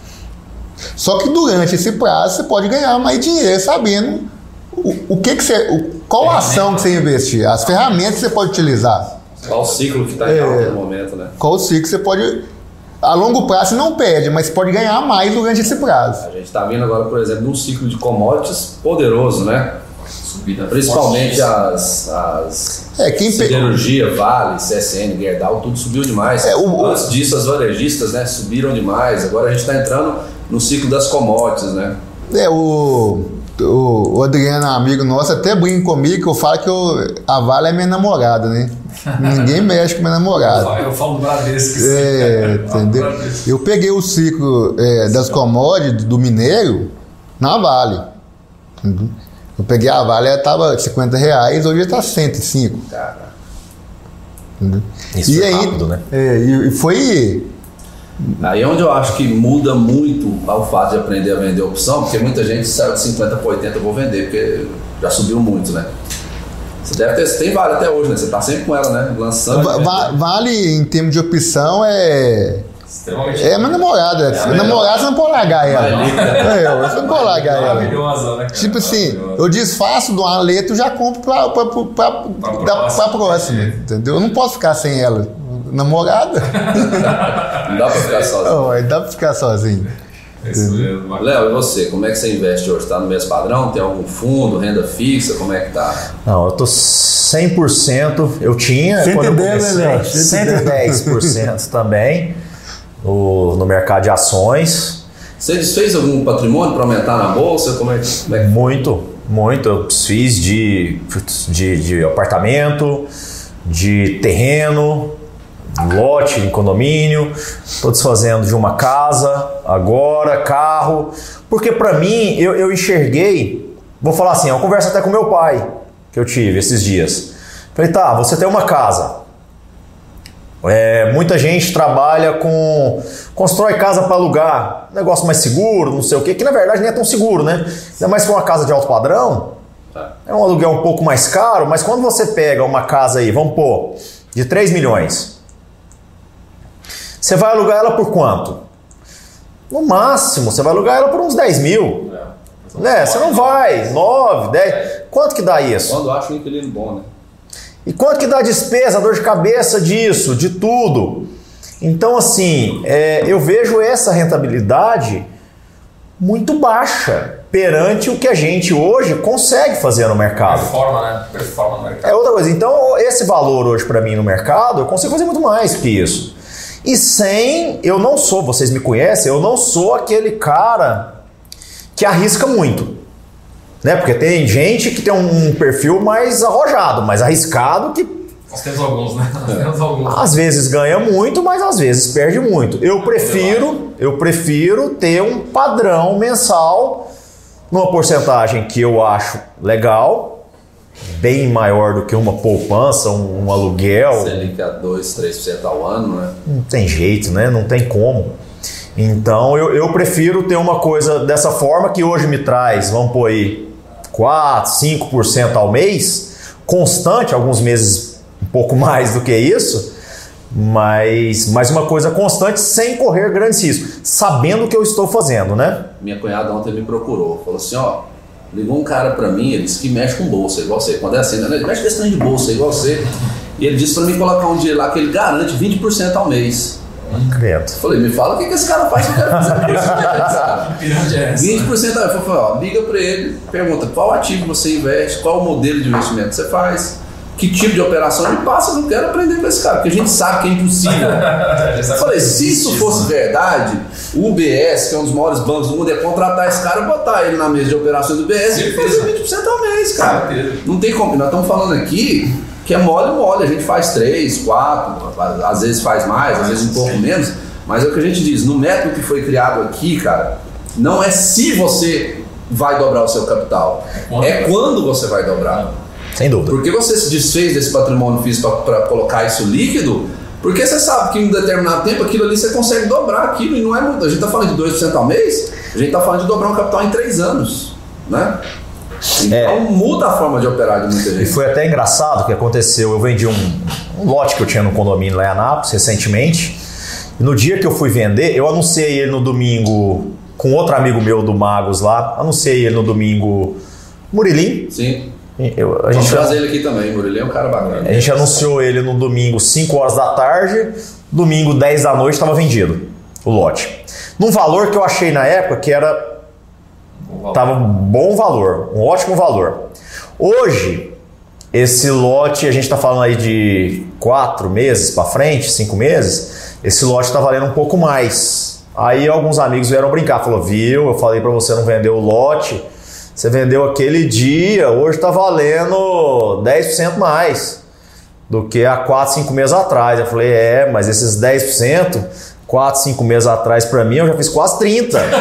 Só que durante esse prazo você pode ganhar mais dinheiro sabendo o, o que, que você. O, qual a ação que você investir, as ferramentas que você pode utilizar. Qual o ciclo que está em alta no momento, né? Qual o ciclo que você pode. A longo prazo você não perde, mas você pode ganhar mais durante esse prazo. A gente está vendo agora, por exemplo, um ciclo de commodities poderoso, né? Subida principalmente as, as é, quem siderurgia, pe... Vale, C S N, Gerdau, tudo subiu demais. É, o... Antes disso, as varejistas, né, subiram demais. Agora a gente está entrando no ciclo das commodities, né? É, o, o, o Adriano, amigo nosso, até brinca comigo que eu falo que eu, a Vale é minha namorada, né? Ninguém mexe com minha namorada. Eu falo do Bradesco. É, entendeu? Eu peguei o ciclo é, das commodities do minério na Vale. Entendeu? Eu peguei a Vale, ela estava cinquenta reais, hoje está cento e cinco. Cara. Entendeu? Isso e é aí, rápido, né? É, e foi... Aí é onde eu acho que muda muito ao fato de aprender a vender opção, porque muita gente saiu de cinquenta para oitenta, eu vou vender, porque já subiu muito, né? Você deve ter, você tem Vale até hoje, né? Você tá sempre com ela, né? Lançando. Va- vale, em termos de opção, é. Extremamente. É minha namorada. É a namorada você não pode largar ela. É, você não pode largar ela. Maravilhosa, né? Cara? Tipo assim, eu desfaço de uma letra e já compro pra, pra, pra, pra, pra, pra, pra próxima. Entendeu? Eu não posso ficar sem ela. Namorada? Não dá pra ficar sozinho. Não, dá pra ficar sozinho. É isso mesmo. Léo, e você? Como é que você investe hoje? Está no mesmo padrão? Tem algum fundo, renda fixa? Como é que tá? Não, eu tô cem por cento. Eu tinha, cento e dez, quando eu comecei, né, Léo? cento e dez por cento também no, no mercado de ações. Você desfez algum patrimônio para aumentar na bolsa? Como é que... Como é que... Muito, muito. Eu desfiz de, de, de apartamento, de terreno, lote em condomínio, estou desfazendo de uma casa agora, carro, porque para mim eu, eu enxerguei, vou falar assim, eu converso até com meu pai que eu tive esses dias. Falei, tá, você tem uma casa, é, muita gente trabalha com, constrói casa para alugar, negócio mais seguro, não sei o que, que na verdade nem é tão seguro, né? Ainda mais para uma casa de alto padrão, é um aluguel um pouco mais caro, mas quando você pega uma casa aí, vamos pôr, de três milhões, você vai alugar ela por quanto? No máximo, você vai alugar ela por uns dez mil. É, né? Você não vai, nove, dez. Quanto que dá isso? Quando acha um inquilino bom, né? E quanto que dá a despesa, a dor de cabeça disso, de tudo? Então, assim, é, eu vejo essa rentabilidade muito baixa perante o que a gente hoje consegue fazer no mercado. Performa, né? Performa no mercado. É outra coisa. Então, esse valor hoje para mim no mercado, eu consigo fazer muito mais que isso. E sem, eu não sou, vocês me conhecem, eu não sou aquele cara que arrisca muito, né? Porque tem gente que tem um perfil mais arrojado, mais arriscado, que nós temos alguns, né? Nós temos alguns. Às vezes ganha muito, mas às vezes perde muito. Eu prefiro, eu prefiro ter um padrão mensal numa porcentagem que eu acho legal, bem maior do que uma poupança, um, um aluguel. Selic a dois, três por cento ao ano, né? Não tem jeito, né? Não tem como. Então eu, eu prefiro ter uma coisa dessa forma que hoje me traz, vamos pôr aí, quatro, cinco por cento ao mês, constante, alguns meses um pouco mais do que isso, mas, mas uma coisa constante sem correr grandes riscos, sabendo o que eu estou fazendo, né? Minha cunhada ontem me procurou, falou assim, ó, ligou um cara pra mim, ele disse que mexe com bolsa, igual você. Quando é assim, né? Ele mexe com esse trem de bolsa, igual você. E ele disse pra mim colocar um dinheiro lá que ele garante vinte por cento ao mês. Credo. Falei, me fala o que, que esse cara faz que eu quero fazer vinte por cento ao mês. Eu falei, ó, liga pra ele, pergunta qual ativo você investe, qual o modelo de investimento que você faz, que tipo de operação ele passa, eu não quero aprender com esse cara, porque a gente sabe que é impossível. Eu falei, se isso fosse verdade, o U B S, que é um dos maiores bancos do mundo, ia contratar esse cara e botar ele na mesa de operações do U B S e fazer vinte por cento ao mês, cara. Não tem como. Nós estamos falando aqui que é mole, mole. A gente faz três, quatro, às vezes faz mais, às vezes um pouco menos, mas é o que a gente diz, no método que foi criado aqui, cara, não é se você vai dobrar o seu capital, é quando você vai dobrar. Sem dúvida. Porque você se desfez desse patrimônio físico para colocar isso líquido, porque você sabe que em um determinado tempo aquilo ali você consegue dobrar aquilo e não é muito. A gente está falando de dois por cento ao mês, a gente está falando de dobrar um capital em três anos, né? Então é. muda a forma de operar de muita gente. E foi até engraçado o que aconteceu. Eu vendi um, um lote que eu tinha no condomínio lá em Anápolis recentemente. E no dia que eu fui vender, eu anunciei ele no domingo com outro amigo meu do Magos lá. Anunciei ele no domingo Murilim. Sim. Eu, a Vamos gente trazer ele aqui também, Murilim é um cara bacana. A gente anunciou ele no domingo cinco horas da tarde, domingo dez da noite estava vendido o lote. Num valor que eu achei na época que era tava um bom valor, um ótimo valor. Hoje, esse lote, a gente está falando aí de quatro meses para frente, cinco meses, esse lote está valendo um pouco mais. Aí alguns amigos vieram brincar, falou, viu, eu falei para você não vender o lote, você vendeu aquele dia, hoje está valendo dez por cento mais do que há quatro, cinco meses atrás. Eu falei, é, mas esses dez por cento, quatro, cinco meses atrás para mim, eu já fiz quase trinta por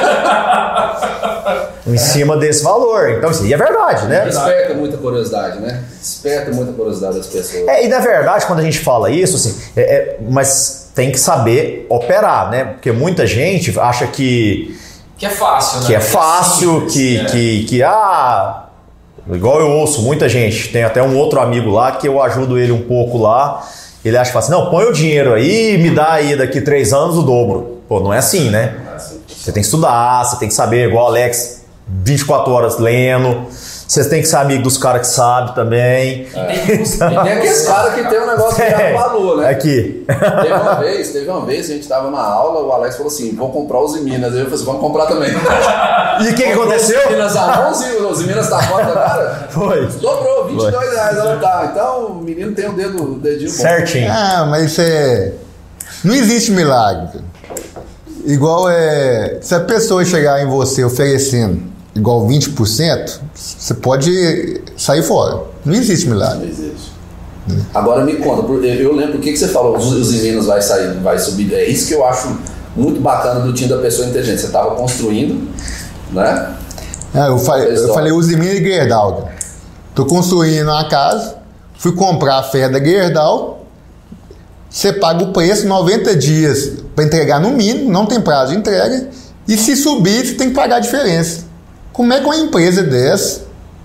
cento em cima desse valor. Então, isso aí é verdade, né? Desperta muita curiosidade, né? Desperta muita curiosidade das pessoas. É, e na verdade, quando a gente fala isso, assim, é, é, mas tem que saber operar, né? Porque muita gente acha que... Que é fácil, né? Que é fácil, que, que, é. que, que, ah... Igual eu ouço muita gente, tem até um outro amigo lá que eu ajudo ele um pouco lá, ele acha que fala assim, não, põe o dinheiro aí e me dá aí daqui três anos o dobro. Pô, não é assim, né? Você tem que estudar, você tem que saber, igual o Alex vinte e quatro horas lendo. Vocês têm que ser amigo dos caras que sabem também. É. E tem aqueles caras que tem um negócio que já valor, né? Aqui. Teve uma vez, teve uma vez, a gente tava na aula, o Alex falou assim, vou comprar os Minas. Eu falei assim, vamos comprar também. E o que, que aconteceu? Os Minas a onze, os Minas da conta, cara. Foi. Dobrou, vinte e dois reais. Ela tá. Então o menino tem o dedo, o dedinho bom. Certinho. Ah, mas isso é... Não existe milagre. Igual é... Se a pessoa chegar em você oferecendo igual vinte por cento, você pode sair fora. Não existe milagre. Não existe. Hum. Agora me conta, eu lembro o que, que você falou, os, os Minas vai sair, vai subir. É isso que eu acho muito bacana do time da pessoa inteligente. Você estava construindo, né? Ah, eu falei, eu falei os Minas e Gerdau. Tô construindo uma casa, fui comprar a ferra da Gerdau, você paga o preço, noventa dias para entregar no mínimo, não tem prazo de entrega, e se subir, você tem que pagar a diferença. Como é que uma empresa dessa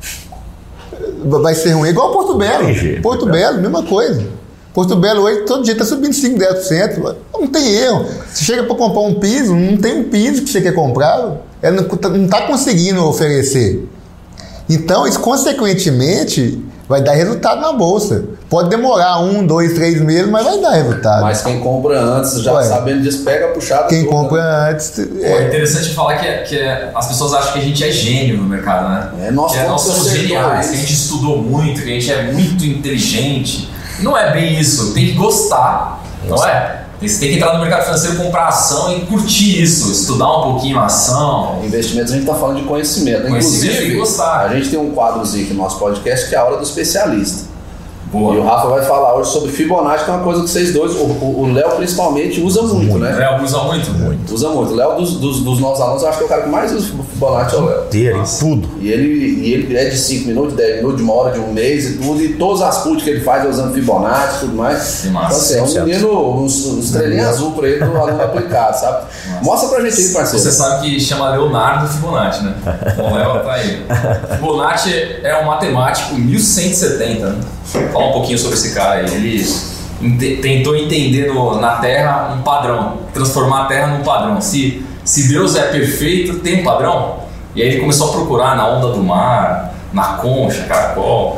vai ser ruim? Igual Porto Belo. Jeito, Porto Belo, mesma coisa. Porto Belo hoje, todo dia está subindo cinco, dez por cento. Não tem erro. Você chega para comprar um piso, não tem um piso que você quer comprar, ela não está conseguindo oferecer. Então, isso consequentemente vai dar resultado na bolsa. Pode demorar um, dois, três meses, mas vai dar resultado. Mas quem compra antes, já Ué, sabendo disso, pega puxado. Quem tudo, compra né? antes. É. é interessante falar que, que as pessoas acham que a gente é gênio no mercado, né? É, nós, que nós somos geniais, que a gente estudou muito, que a gente é muito inteligente. Não é bem isso, tem que gostar, não é? Você tem que entrar no mercado financeiro, comprar ação e curtir isso, estudar um pouquinho a ação. Investimentos, a gente está falando de conhecimento. Conhecimento Inclusive, e gostar. A gente tem um quadrozinho aqui no nosso podcast que é a hora do especialista. Boa. E o Rafa vai falar hoje sobre Fibonacci, que é uma coisa que vocês dois, o Léo principalmente, usa muito, muito, né? O Léo usa muito? Muito. Usa muito. O Léo, dos, dos, dos nossos alunos, eu acho que é o cara que mais usa Fibonacci é o Léo. Inteiro, tudo. E ele, e ele é de cinco minutos, de dez minutos, de uma hora, de um mês e tudo. E todas as putas que ele faz é usando Fibonacci e tudo mais. Que massa. Então, assim, é um menino, uns, uns estrelinhas azul pra ele do aluno aplicado, sabe? Massa. Mostra pra gente aí, parceiro. Você sabe que chama Leonardo Fibonacci, né? O Léo tá aí. Fibonacci é um matemático mil cento e setenta, né? Fala um pouquinho sobre esse cara aí. Ele ent- tentou entender no, na Terra um padrão, transformar a Terra num padrão. Se, se Deus é perfeito, tem um padrão? E aí ele começou a procurar na onda do mar, na concha, caracol.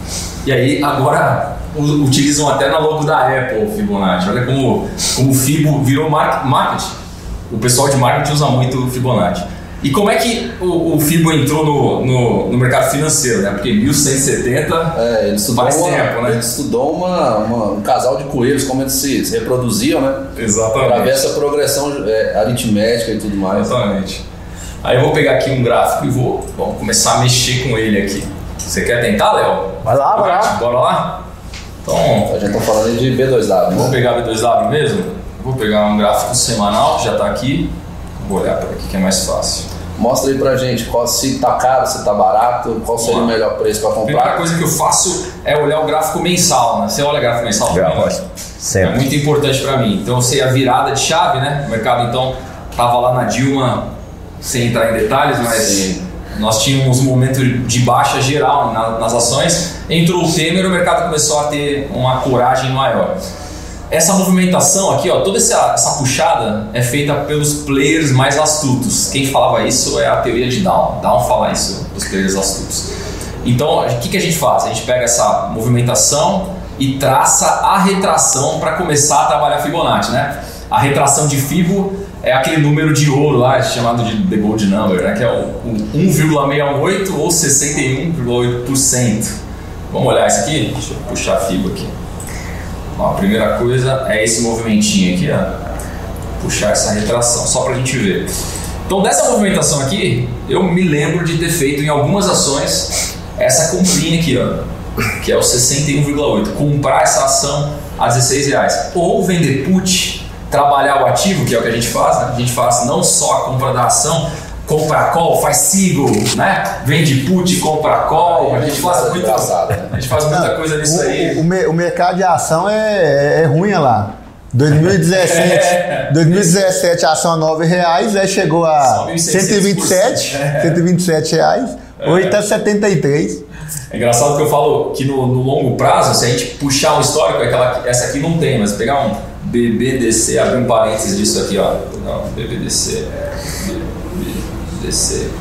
E aí agora u- utilizam até na logo da Apple o Fibonacci. Olha como, como o Fibo virou mar- marketing. O pessoal de marketing usa muito o Fibonacci. E como é que o, o Fibo entrou no, no, no mercado financeiro, né? Porque mil cento e setenta é, ele estudou faz uma, tempo, né? Ele estudou uma, uma, um casal de coelhos, como eles se, se reproduziam, né? Exatamente. Para ver essa progressão é, aritmética e tudo mais. Exatamente. Aí eu vou pegar aqui um gráfico e vou vamos começar a mexer com ele aqui. Você quer tentar, Léo? Vai lá, vai lá. Bora lá? Então, a gente tá falando de B dois W. Vamos pegar B dois W mesmo? Vou pegar um gráfico semanal que já está aqui. Vou olhar por aqui que é mais fácil. Mostra aí pra gente qual, se tá caro, se tá barato, qual seria o melhor preço para A comprar. primeira coisa que eu faço é olhar o gráfico mensal, né? Você olha o gráfico mensal pra mim? Sempre. É muito importante para mim. Então eu sei a virada de chave, né? O mercado então tava lá na Dilma, sem entrar em detalhes, mas Sim. nós tínhamos um momento de baixa geral na, nas ações. Entrou o Temer e o mercado começou a ter uma coragem maior. Essa movimentação aqui, ó, toda essa, essa puxada é feita pelos players mais astutos. Quem falava isso é a teoria de Down. Down fala isso, dos players astutos. Então, o que, que a gente faz? A gente pega essa movimentação e traça a retração para começar a trabalhar Fibonacci, né? A retração de Fibo é aquele número de ouro lá, chamado de The Gold Number, né? Que é o, o um vírgula seiscentos e oito ou sessenta e um vírgula oito por cento. Vamos olhar isso aqui? Deixa eu puxar a Fibo aqui. Ó, a primeira coisa é esse movimentinho aqui, ó. Puxar essa retração, só pra gente ver. Então dessa movimentação aqui, eu me lembro de ter feito em algumas ações essa comprinha aqui, ó, que é o sessenta e um vírgula oito. Comprar essa ação a dezesseis reais. Ou vender put, trabalhar o ativo, que é o que a gente faz, né? A gente faz não só a compra da ação, compra call, faz sigo, né? Vende put, compra call. A gente faz muita, a gente faz muita coisa nisso o, aí. O, o, o mercado de ação é, é ruim lá. dois mil e dezessete, é. dois mil e dezessete a ação a nove reais, aí chegou a cento e vinte e sete, é. cento e vinte e sete reais, hoje está setenta e três. É engraçado que eu falo que no, no longo prazo, se a gente puxar um histórico, aquela, essa aqui não tem, mas pegar um B B D C, abrir um parênteses disso aqui, ó, pegar um B B D C, B B D C,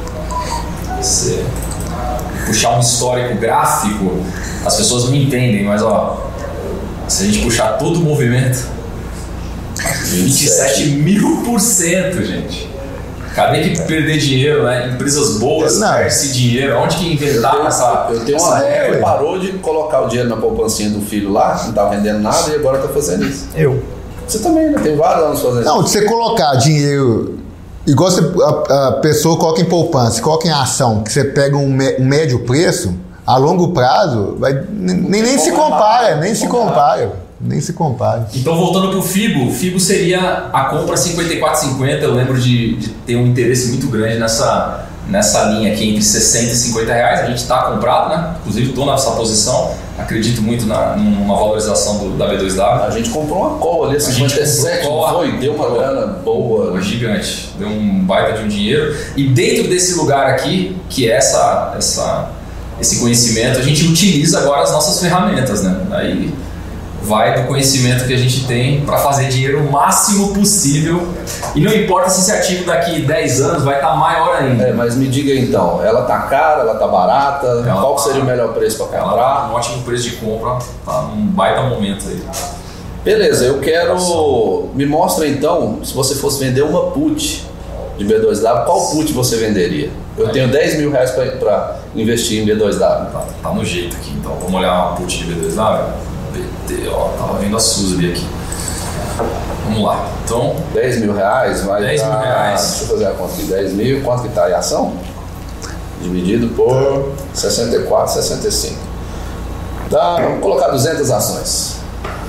Você puxar um histórico gráfico, as pessoas não entendem, mas ó, se a gente puxar todo o movimento, vinte e sete mil por cento, gente. Cadê que perder dinheiro, né? Empresas boas, perde esse dinheiro. Onde que inventaram essa... Eu tenho uma amiga que parou de colocar o dinheiro na poupancinha do filho lá, não estava vendendo nada e agora está fazendo isso. Eu. Você também, né? Tem vários anos fazendo isso. Não, de você colocar dinheiro... Igual você, a, a pessoa coloca em poupança, coloca em ação, que você pega um, me, um médio preço, a longo prazo, vai, nem, nem se compara, nem se compara, nem se compara. Então, voltando para o FIBO, o FIBO seria a compra cinquenta e quatro cinquenta. Eu lembro de, de ter um interesse muito grande nessa, nessa linha aqui entre sessenta e cinquenta reais. A gente está comprado, né? Inclusive, estou nessa posição. Acredito muito na, numa valorização do, da B dois W. A gente comprou uma call ali, cinquenta e sete, foi, deu uma grana boa. Foi gigante, deu um baita de um dinheiro. E dentro desse lugar aqui, que é essa, essa, esse conhecimento, a gente utiliza agora as nossas ferramentas, né? Aí vai do conhecimento que a gente tem para fazer dinheiro o máximo possível. E não importa se esse ativo daqui dez anos vai estar tá maior ainda. É, mas me diga então, ela tá cara, ela tá barata? Ela qual tá, seria o melhor preço para comprar? Ela tá um ótimo preço de compra, tá num baita momento aí. Beleza, eu quero... Me mostra então, se você fosse vender uma put de B dois W, qual put você venderia? Eu aí tenho dez mil reais para investir em B dois W. Tá, tá no jeito aqui, então vamos olhar uma put de B dois W. B T, ó, tava vendo a Suzy aqui. Vamos lá, então... dez mil reais, vai dez mil reais. Deixa eu fazer a conta aqui, dez mil, quanto que tá em ação? Dividido por sessenta e quatro, sessenta e cinco. Dá, vamos colocar duzentas ações.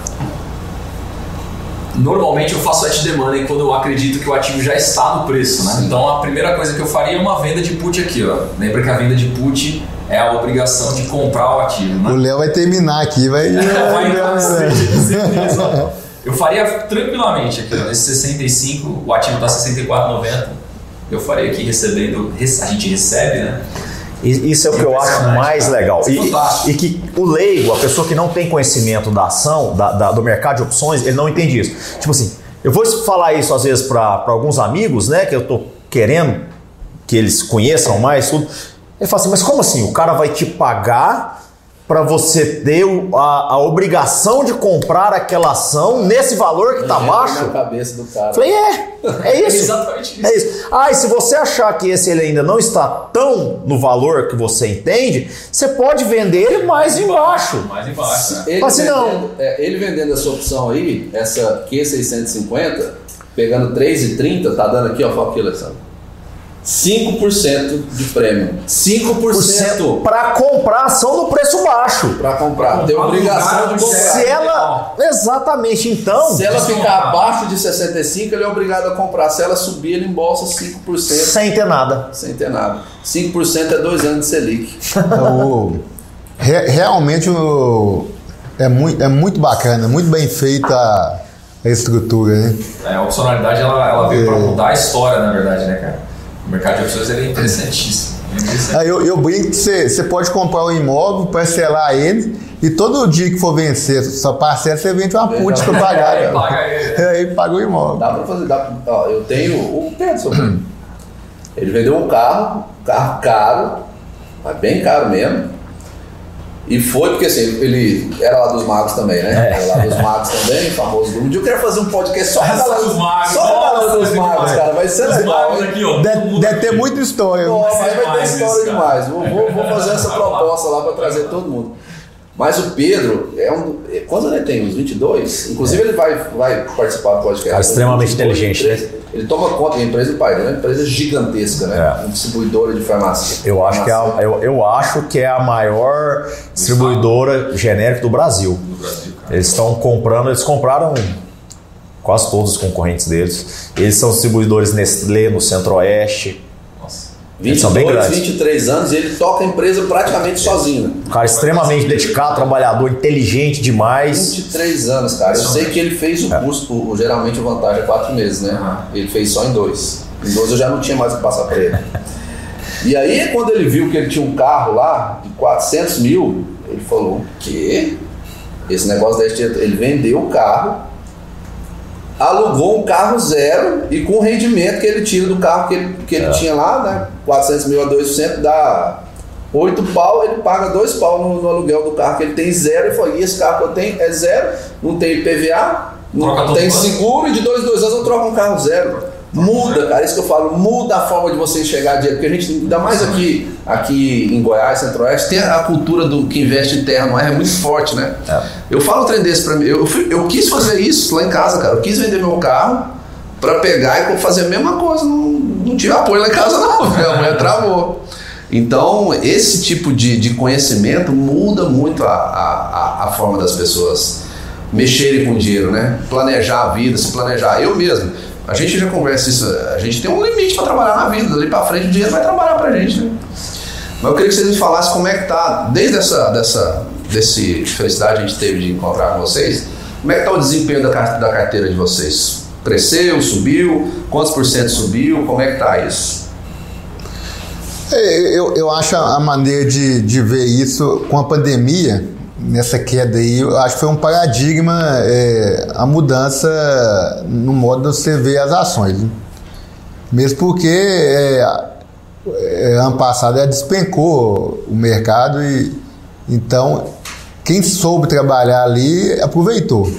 Normalmente eu faço at the money quando eu acredito que o ativo já está no preço, né? Sim. Então a primeira coisa que eu faria é uma venda de put aqui, ó. Lembra que a venda de put é a obrigação de comprar o ativo, né? O Léo vai terminar aqui, vai... vai entrar no certeza. Eu faria tranquilamente aqui, ó, nesse sessenta e cinco, o ativo está sessenta e quatro reais e noventa centavos. Eu faria aqui recebendo, a gente recebe, né? Isso é o que eu acho mais legal. E, e que o leigo, a pessoa que não tem conhecimento da ação, da, da, do mercado de opções, ele não entende isso. Tipo assim, eu vou falar isso às vezes para alguns amigos, né, que eu tô querendo que eles conheçam mais tudo. Ele fala assim, mas como assim? O cara vai te pagar para você ter a, a obrigação de comprar aquela ação nesse valor que está baixo? Na cabeça do cara. Falei, é, é isso. É exatamente isso. É isso. Ah, e se você achar que esse ele ainda não está tão no valor que você entende, você pode vender ele mais, mais embaixo. Mais embaixo, né? Ele, assim, vendendo, não. É, ele vendendo essa opção aí, essa Q seiscentos e cinquenta, pegando três e trinta, tá dando aqui, ó, foca aqui, Alessandro. cinco por cento de prêmio. cinco por cento para comprar ação no preço baixo. Para comprar. Tem obrigação de comprar. Se ela... Exatamente. Então... Se ela ficar abaixo de sessenta e cinco, ele é obrigado a comprar. Se ela subir, ele embolsa cinco por cento. Sem ter nada. Sem ter nada. cinco por cento é dois anos de Selic. o, re, realmente o, é, muito, é muito bacana, muito bem feita a, a estrutura, né? É, a opcionalidade ela, ela veio é. para mudar a história, na verdade, né, cara? O mercado de opções ele é interessantíssimo. É interessante. eu, eu brinco que você, você pode comprar um imóvel, parcelar ele e todo dia que for vencer sua parcela, você vende uma put para pagar. É, paga ele. Aí paga o imóvel. Dá para fazer. Dá, ó, eu tenho o Pedro. Ele vendeu um carro, um carro caro, mas bem caro mesmo. E foi porque assim, ele era lá dos magos também, né? Era lá dos magos também, famoso grupo. Um dia eu quero fazer um podcast só para dos magos. Só para falar dos magos, cara. Vai ser legal. Aqui, ó, deve deve ter muita história. Pô, mas vai ter história demais. Vou, vou, vou fazer essa proposta lá para trazer todo mundo. Mas o Pedro, é um, quantos ele tem? Uns vinte e dois? Inclusive ele vai, vai participar do podcast. Cara, extremamente inteligente, né? Ele toma conta da empresa do pai, né? Uma empresa gigantesca, né? É. Uma distribuidora de farmácia. Eu acho, que é a, eu, eu acho que é a maior distribuidora genérica do Brasil. Do Brasil, cara. Eles estão comprando, eles compraram quase todos os concorrentes deles. Eles são distribuidores Nestlé no Centro-Oeste. vinte e dois, vinte e três anos e ele toca a empresa praticamente sozinho. Um cara extremamente dedicado, trabalhador, inteligente demais. vinte e três anos, cara. Eu sei que ele fez o curso, o, geralmente a vantagem é quatro meses, né? Ele fez só em dois. Em dois eu já não tinha mais o que passar para ele. E aí, quando ele viu que ele tinha um carro lá de quatrocentos mil, ele falou: o quê? Esse negócio desse, ele vendeu o carro alugou um carro zero e com o rendimento que ele tira do carro que ele, que ele é. tinha lá, né? quatrocentos mil a dois por cento dá oito pau, ele paga dois pau no, no aluguel do carro que ele tem zero. E foi, e esse carro que eu tenho é zero, não tem I P V A, não Troca tem seguro, e de dois em dois anos eu troco um carro zero. Muda, cara, isso que eu falo, muda a forma de você enxergar dinheiro, porque a gente, ainda mais aqui, aqui em Goiás, Centro-Oeste, tem a cultura do que investe em terra, não é? É muito forte, né? É. Eu falo um trem desse pra mim, eu, fui, eu quis fazer isso lá em casa, cara, eu quis vender meu carro pra pegar e fazer a mesma coisa, não, não tive apoio lá em casa não, a mulher travou. Então, esse tipo de, de conhecimento muda muito a, a, a forma das pessoas mexerem com o dinheiro, né? Planejar a vida, se planejar. Eu mesmo, a gente já conversa isso, a gente tem um limite para trabalhar na vida, dali para frente o dinheiro vai trabalhar pra gente, né? Mas eu queria que vocês me falassem como é que tá, desde essa dessa desse felicidade que a gente teve de encontrar com vocês, como é que tá o desempenho da, da carteira de vocês? Cresceu, subiu? Quantos por cento subiu? Como é que tá isso? Eu, eu acho a maneira de, de ver isso com a pandemia, nessa queda aí, eu acho que foi um paradigma, é, a mudança no modo de você ver as ações. Né? Mesmo porque é, é, ano passado ela despencou o mercado e então quem soube trabalhar ali aproveitou.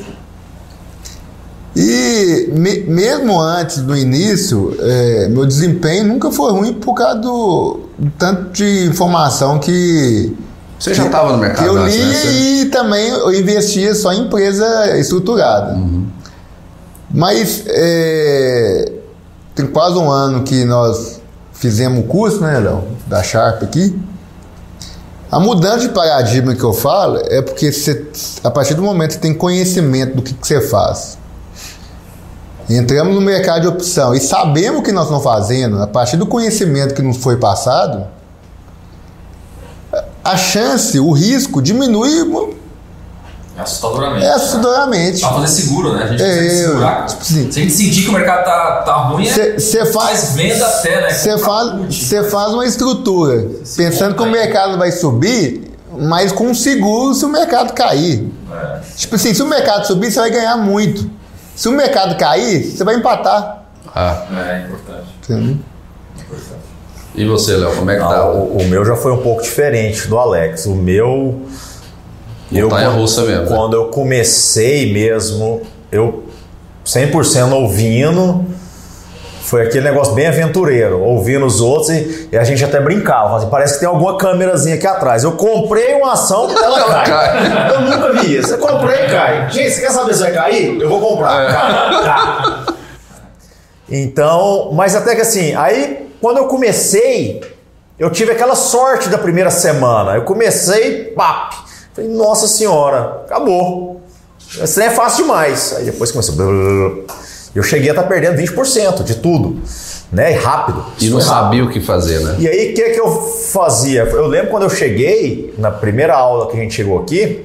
E me, mesmo antes do início, é, meu desempenho nunca foi ruim por causa do, do tanto de informação que você já estava no mercado eu antes, li, né? E também eu investia só em empresa estruturada. Uhum. Mas é, tem quase um ano que nós fizemos o curso, né, Léo, da Sharpe aqui. A mudança de paradigma que eu falo é porque você, a partir do momento que você tem conhecimento do que, que você faz, entramos no mercado de opção e sabemos o que nós estamos fazendo, a partir do conhecimento que nos foi passado, a chance, o risco diminui assustadoramente. É assustadoramente. Pra fazer seguro, né? A gente consegue é, segurar. Tipo, se a gente sentir que o mercado tá, tá ruim, você faz, faz venda até, né? Você faz, faz uma estrutura se pensando que o mercado vai subir, mas com seguro se o mercado cair. É. Tipo assim, se o mercado subir, você vai ganhar muito. Se o mercado cair, você vai empatar. Ah. É importante. Entendeu? E você, Léo, como é que Não, tá? O, o meu já foi um pouco diferente do Alex. O meu... Montanha russa mesmo. Quando né? eu comecei mesmo, eu cem por cento ouvindo, foi aquele negócio bem aventureiro, ouvindo os outros e, e a gente até brincava, assim, parece que tem alguma câmerazinha aqui atrás. Eu comprei uma ação, ela cai. Eu nunca vi isso. Eu comprei e cai. Gente, você quer saber se vai cair? Eu vou comprar. É. Cai, cai. Então, mas até que assim, aí quando eu comecei, eu tive aquela sorte da primeira semana. Eu comecei, pap. Falei, nossa senhora, acabou. Isso é fácil demais. Aí depois começou. Eu cheguei a estar perdendo vinte por cento de tudo, né? E rápido. E não sabia o que fazer, né? E aí, o que, que eu fazia? Eu lembro quando eu cheguei, na primeira aula que a gente chegou aqui,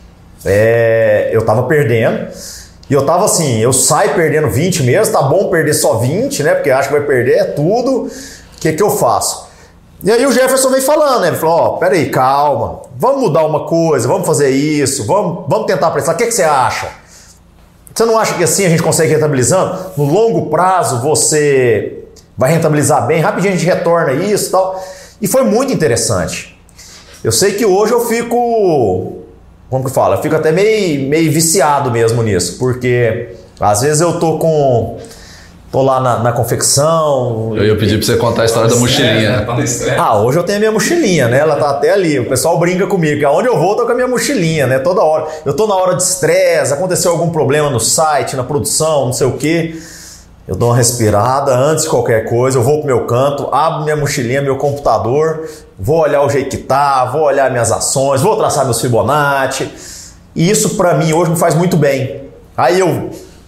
é, eu tava perdendo. E eu tava assim, eu saio perdendo vinte mesmo, tá bom perder só vinte, né? Porque acho que vai perder é tudo. O que, que eu faço? E aí o Jefferson veio falando, né? Ele falou, ó, oh, peraí, calma, vamos mudar uma coisa, vamos fazer isso, vamos, vamos tentar prestar. O que, que você acha? Você não acha que assim a gente consegue rentabilizando? No longo prazo você vai rentabilizar bem, rapidinho a gente retorna isso e tal. E foi muito interessante. Eu sei que hoje eu fico, como que fala? Eu fico até meio, meio viciado mesmo nisso, porque às vezes eu tô com... Tô lá na, na confecção. Eu ia pedir pra você contar a história da mochilinha. Né? Ah, hoje eu tenho a minha mochilinha, né? Ela tá até ali. O pessoal brinca comigo, que aonde eu vou, eu tô com a minha mochilinha, né? Toda hora. Eu tô na hora de estresse, aconteceu algum problema no site, na produção, não sei o quê. Eu dou uma respirada antes de qualquer coisa, eu vou pro meu canto, abro minha mochilinha, meu computador, vou olhar o jeito que tá, vou olhar minhas ações, vou traçar meus Fibonacci. E isso pra mim hoje me faz muito bem. Aí eu...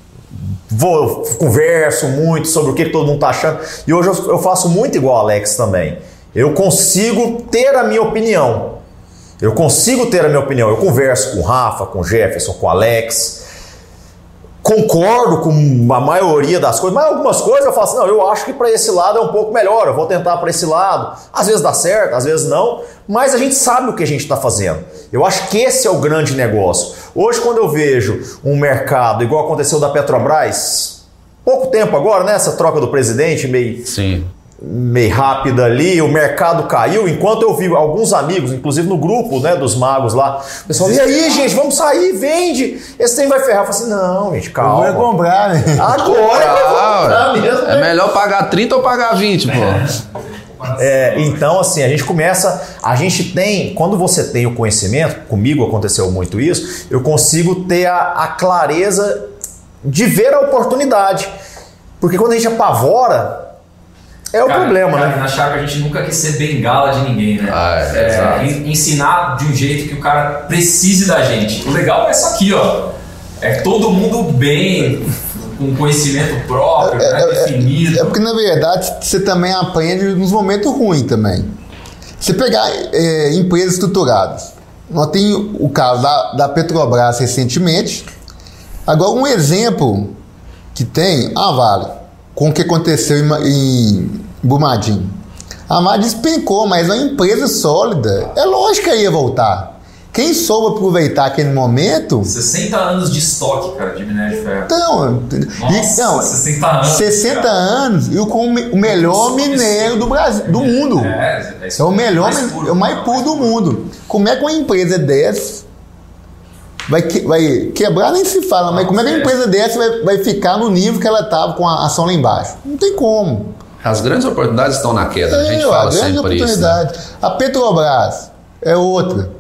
Vou, converso muito sobre o que todo mundo tá achando. E hoje eu, eu faço muito igual o Alex também. Eu consigo ter a minha opinião. Eu consigo ter a minha opinião. Eu converso com o Rafa, com o Jefferson, com o Alex. concordo com a maioria das coisas, mas algumas coisas eu falo assim, não, eu acho que para esse lado é um pouco melhor, eu vou tentar para esse lado. Às vezes dá certo, às vezes não, mas a gente sabe o que a gente está fazendo. Eu acho que esse é o grande negócio. Hoje, quando eu vejo um mercado, igual aconteceu da Petrobras, pouco tempo agora, né, essa troca do presidente, meio... Sim. meio rápida ali, o mercado caiu, enquanto eu vi alguns amigos, inclusive no grupo, né, dos magos lá, o pessoal, e aí, gente, vamos sair, vende, esse trem vai ferrar. Eu falei assim, não, gente, calma. Eu vou comprar, né? Agora eu vou comprar mesmo. É melhor pagar trinta ou pagar vinte, pô. É, então, assim, a gente começa, a gente tem, quando você tem o conhecimento, comigo aconteceu muito isso, eu consigo ter a, a clareza de ver a oportunidade, porque quando a gente apavora, é o cara, problema, cara, né? Na chave a gente nunca quis ser bengala de ninguém, né? Ah, é, é, exato. Ensinar de um jeito que o cara precise da gente. O legal é isso aqui, ó. É todo mundo bem, com conhecimento próprio, É, né? é, Definido. É porque, na verdade, você também aprende nos momentos ruins também. Você pegar é, empresas estruturadas. Nós temos o caso da, da Petrobras recentemente. Agora, um exemplo que tem, a Vale, com o que aconteceu em, em Brumadinho. A Vale despencou, mas é uma empresa sólida. É lógico que ia voltar. Quem soube aproveitar aquele momento... sessenta anos de estoque, cara, de minério de ferro. Então, Nossa, então sessenta anos. sessenta cara. anos e com o melhor minério do Brasil, do mundo. É, é, É o melhor, mais puro, é o mais puro do mundo. Como é que uma empresa dessa vai, que, vai quebrar, nem se fala, mas como é que uma empresa dessa vai, vai ficar no nível que ela estava com a ação lá embaixo? Não tem como. As grandes oportunidades estão na queda, a gente É, fala a grande sempre isso. Né? oportunidade. A Petrobras é outra.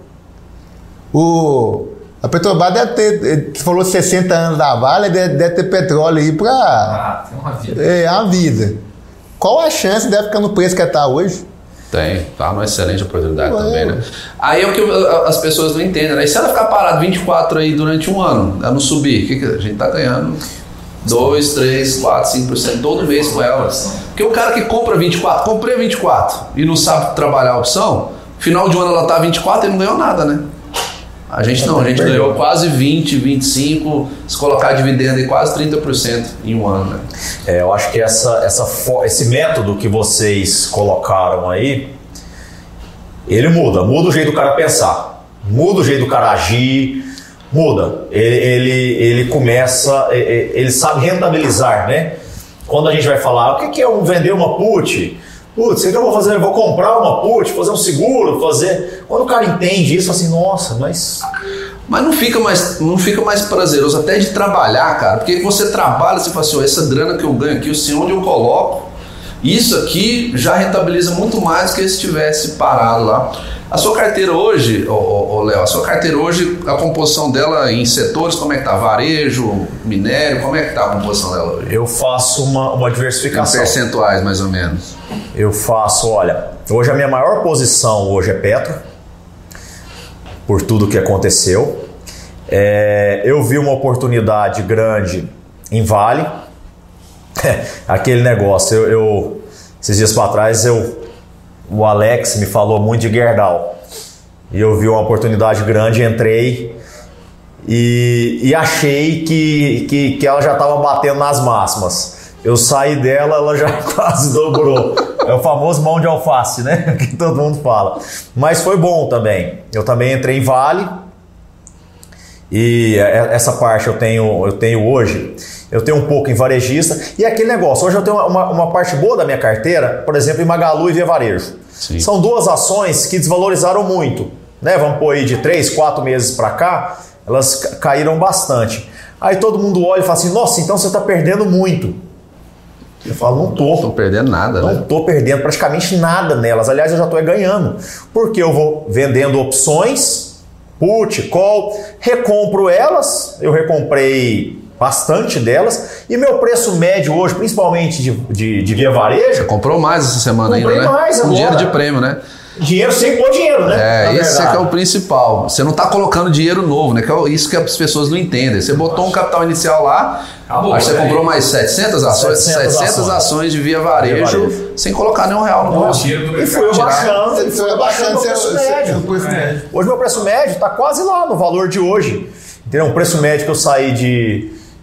O, a Petrobras deve ter, você falou sessenta anos da Vale, deve, deve ter petróleo aí para... Ah, tem uma vida. É, a vida. Qual a chance de ficar no preço que está hoje? Tem, tá uma excelente oportunidade Ué. também, né? Aí é o que as pessoas não entendem, né? E se ela ficar parada vinte e quatro aí durante um ano, ela não subir, o que, que a gente tá ganhando? dois, três, quatro, cinco por cento todo mês com ela. Porque o cara que compra vinte e quatro, comprei vinte e quatro e não sabe trabalhar a opção, final de ano ela tá vinte e quatro e não ganhou nada, né? A gente não, a gente ganhou quase vinte, vinte e cinco, se colocar dividendo aí quase trinta por cento em um ano, né? É, eu acho que essa, essa, esse método que vocês colocaram aí, ele muda, muda o jeito do cara pensar, muda o jeito do cara agir, muda. Ele, ele, ele começa, ele sabe rentabilizar, né? Quando a gente vai falar, o que é um vender uma put? Putz, o que eu vou fazer? Eu vou comprar uma put, fazer um seguro, fazer... Quando o cara entende isso, assim, nossa, mas... Mas não fica mais, não fica mais prazeroso até de trabalhar, cara. Porque você trabalha, você fala assim, oh, essa grana que eu ganho aqui, eu sei onde eu coloco. Isso aqui já rentabiliza muito mais que se tivesse parado lá. A sua carteira hoje, ô, ô, ô Léo, a sua carteira hoje, a composição dela em setores, como é que tá? Varejo, minério, como é que tá a composição dela hoje? Eu faço uma, uma Em diversificação. percentuais, mais ou menos. Eu faço, olha, hoje a minha maior posição hoje é Petro, por tudo que aconteceu. É, eu vi uma oportunidade grande em Vale. Aquele negócio, eu, eu esses dias para trás eu, o Alex me falou muito de Gerdau e eu vi uma oportunidade grande, entrei e, e achei que, que, que ela já estava batendo nas máximas. Eu saí dela, ela já quase dobrou. É o famoso mão de alface, né? Que todo mundo fala. Mas foi bom também. Eu também entrei em Vale e essa parte eu tenho, eu tenho hoje. Eu tenho um pouco em varejista. E aquele negócio, hoje eu tenho uma, uma parte boa da minha carteira, por exemplo, em Magalu e Via Varejo. Sim. São duas ações que desvalorizaram muito, né? Vamos pôr aí de três, quatro meses para cá, elas caíram bastante. Aí todo mundo olha e fala assim, nossa, então você está perdendo muito. Eu falo, não tô. Não tô perdendo nada, Não né? tô perdendo praticamente nada nelas. Aliás, eu já tô ganhando. Porque eu vou vendendo opções, put, call, recompro elas, eu recomprei bastante delas, e meu preço médio hoje, principalmente de, de, de Via Varejo... Comprou mais essa semana Comprei ainda, né? mais Com agora. dinheiro de prêmio, né? Dinheiro sem pôr dinheiro, né? É, Na esse é, verdade. que é o principal. Você não está colocando dinheiro novo, né? Que é isso que as pessoas não entendem. Você botou um capital inicial lá, Acabou, aí você né? comprou mais setecentas ações, setecentas setecentas ações de Via Varejo, Via Varejo. sem colocar nenhum real no O bolso. dinheiro do E foi eu mercado baixando, Você e foi foi eu baixando abaixando o preço seu- médio. seu preço médio. Hoje meu preço médio está quase lá no valor de hoje. Entendeu? Um preço médio que eu saí de,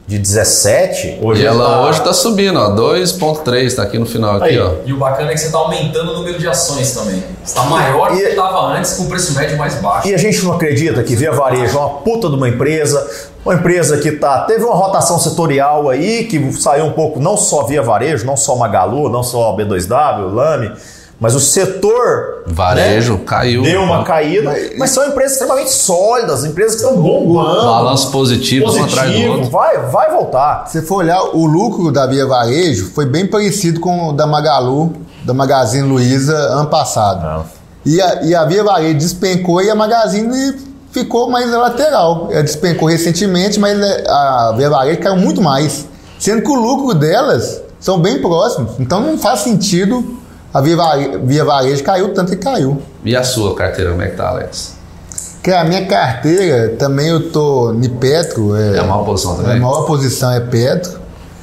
de dezessete, hoje E ela tá... hoje está subindo, ó, dois ponto três, está aqui no final, aqui, Aí. ó. E o bacana é que você está aumentando o número de ações também. Está maior do que E- estava antes, com o preço médio mais baixo. E a gente não acredita que Via Varejo é uma puta de uma empresa, uma empresa que tá, teve uma rotação setorial aí, que saiu um pouco, não só Via Varejo, não só Magalu, não só B dois W, Lame, mas o setor Varejo né, caiu. deu uma caída, Mas- mas são empresas extremamente sólidas, empresas que estão bombando, Balanço positivo, um atrás do positivo, outro. vai, vai voltar. Se você for olhar, o lucro da Via Varejo foi bem parecido com o da Magalu, da Magazine Luiza, ano passado. Não. E a, e a Via Varejo despencou e a Magazine ficou mais lateral. Ela despencou recentemente, mas a Via Varejo caiu muito mais. Sendo que o lucro delas são bem próximos. Então não faz sentido a Via Varejo, Via Varejo caiu tanto que caiu. E a sua carteira, como é que tá, Alex? Que a minha carteira, também eu tô em Petro. É, É a maior posição também? A maior posição é Petro.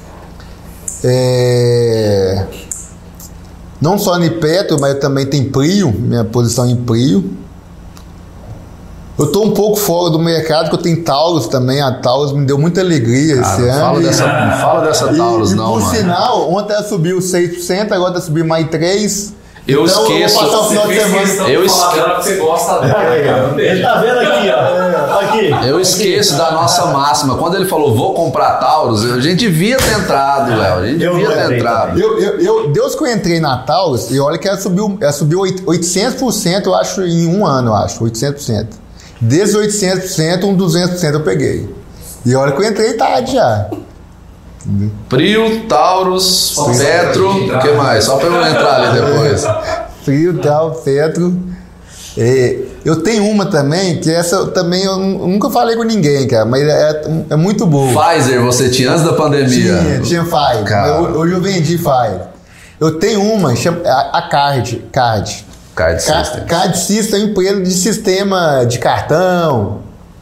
É, não só em Petro, mas eu também tenho Prio, minha posição em Prio. Eu tô um pouco fora do mercado, porque eu tenho Taurus também. A Taurus me deu muita alegria Cara, esse não ano. fala E- dessa, não fala dessa e, Taurus, e não, por mano. sinal, ontem ela subiu seis por cento, agora ela subiu mais três por cento. Eu então, esqueço- Eu vou passar o final de semana. Eu Eu falar esque- dela que você gosta dela. Ele tá vendo aqui, ó. Aqui. Eu esqueço da nossa máxima. Quando ele falou, vou comprar Taurus, a gente devia ter entrado, Léo. A gente Eu devia não ter entrei entrado. também. Eu, eu, eu, Deus que eu entrei na Taurus, e olha que ela subiu, ela subiu oit- oitocentos por cento, eu acho, em um ano, eu acho, oitocentos por cento. Desde oitocentos por cento, um duzentos por cento eu peguei. E olha que eu entrei tarde já. Prio, Taurus, Só pra Petro, gente entrar. o que mais? Só pra eu entrar ali depois. Frio, tal, Petro. É, eu tenho uma também, que essa eu também eu nu- nunca falei com ninguém, cara, mas é, é muito boa. Pfizer, você tinha antes da pandemia. Tinha, tinha Fire. Cara. Eu- Hoje eu vendi Fire. Eu tenho uma, chama, a, a Card. Card. Card Ca- System. Card System é uma empresa de sistema de cartão.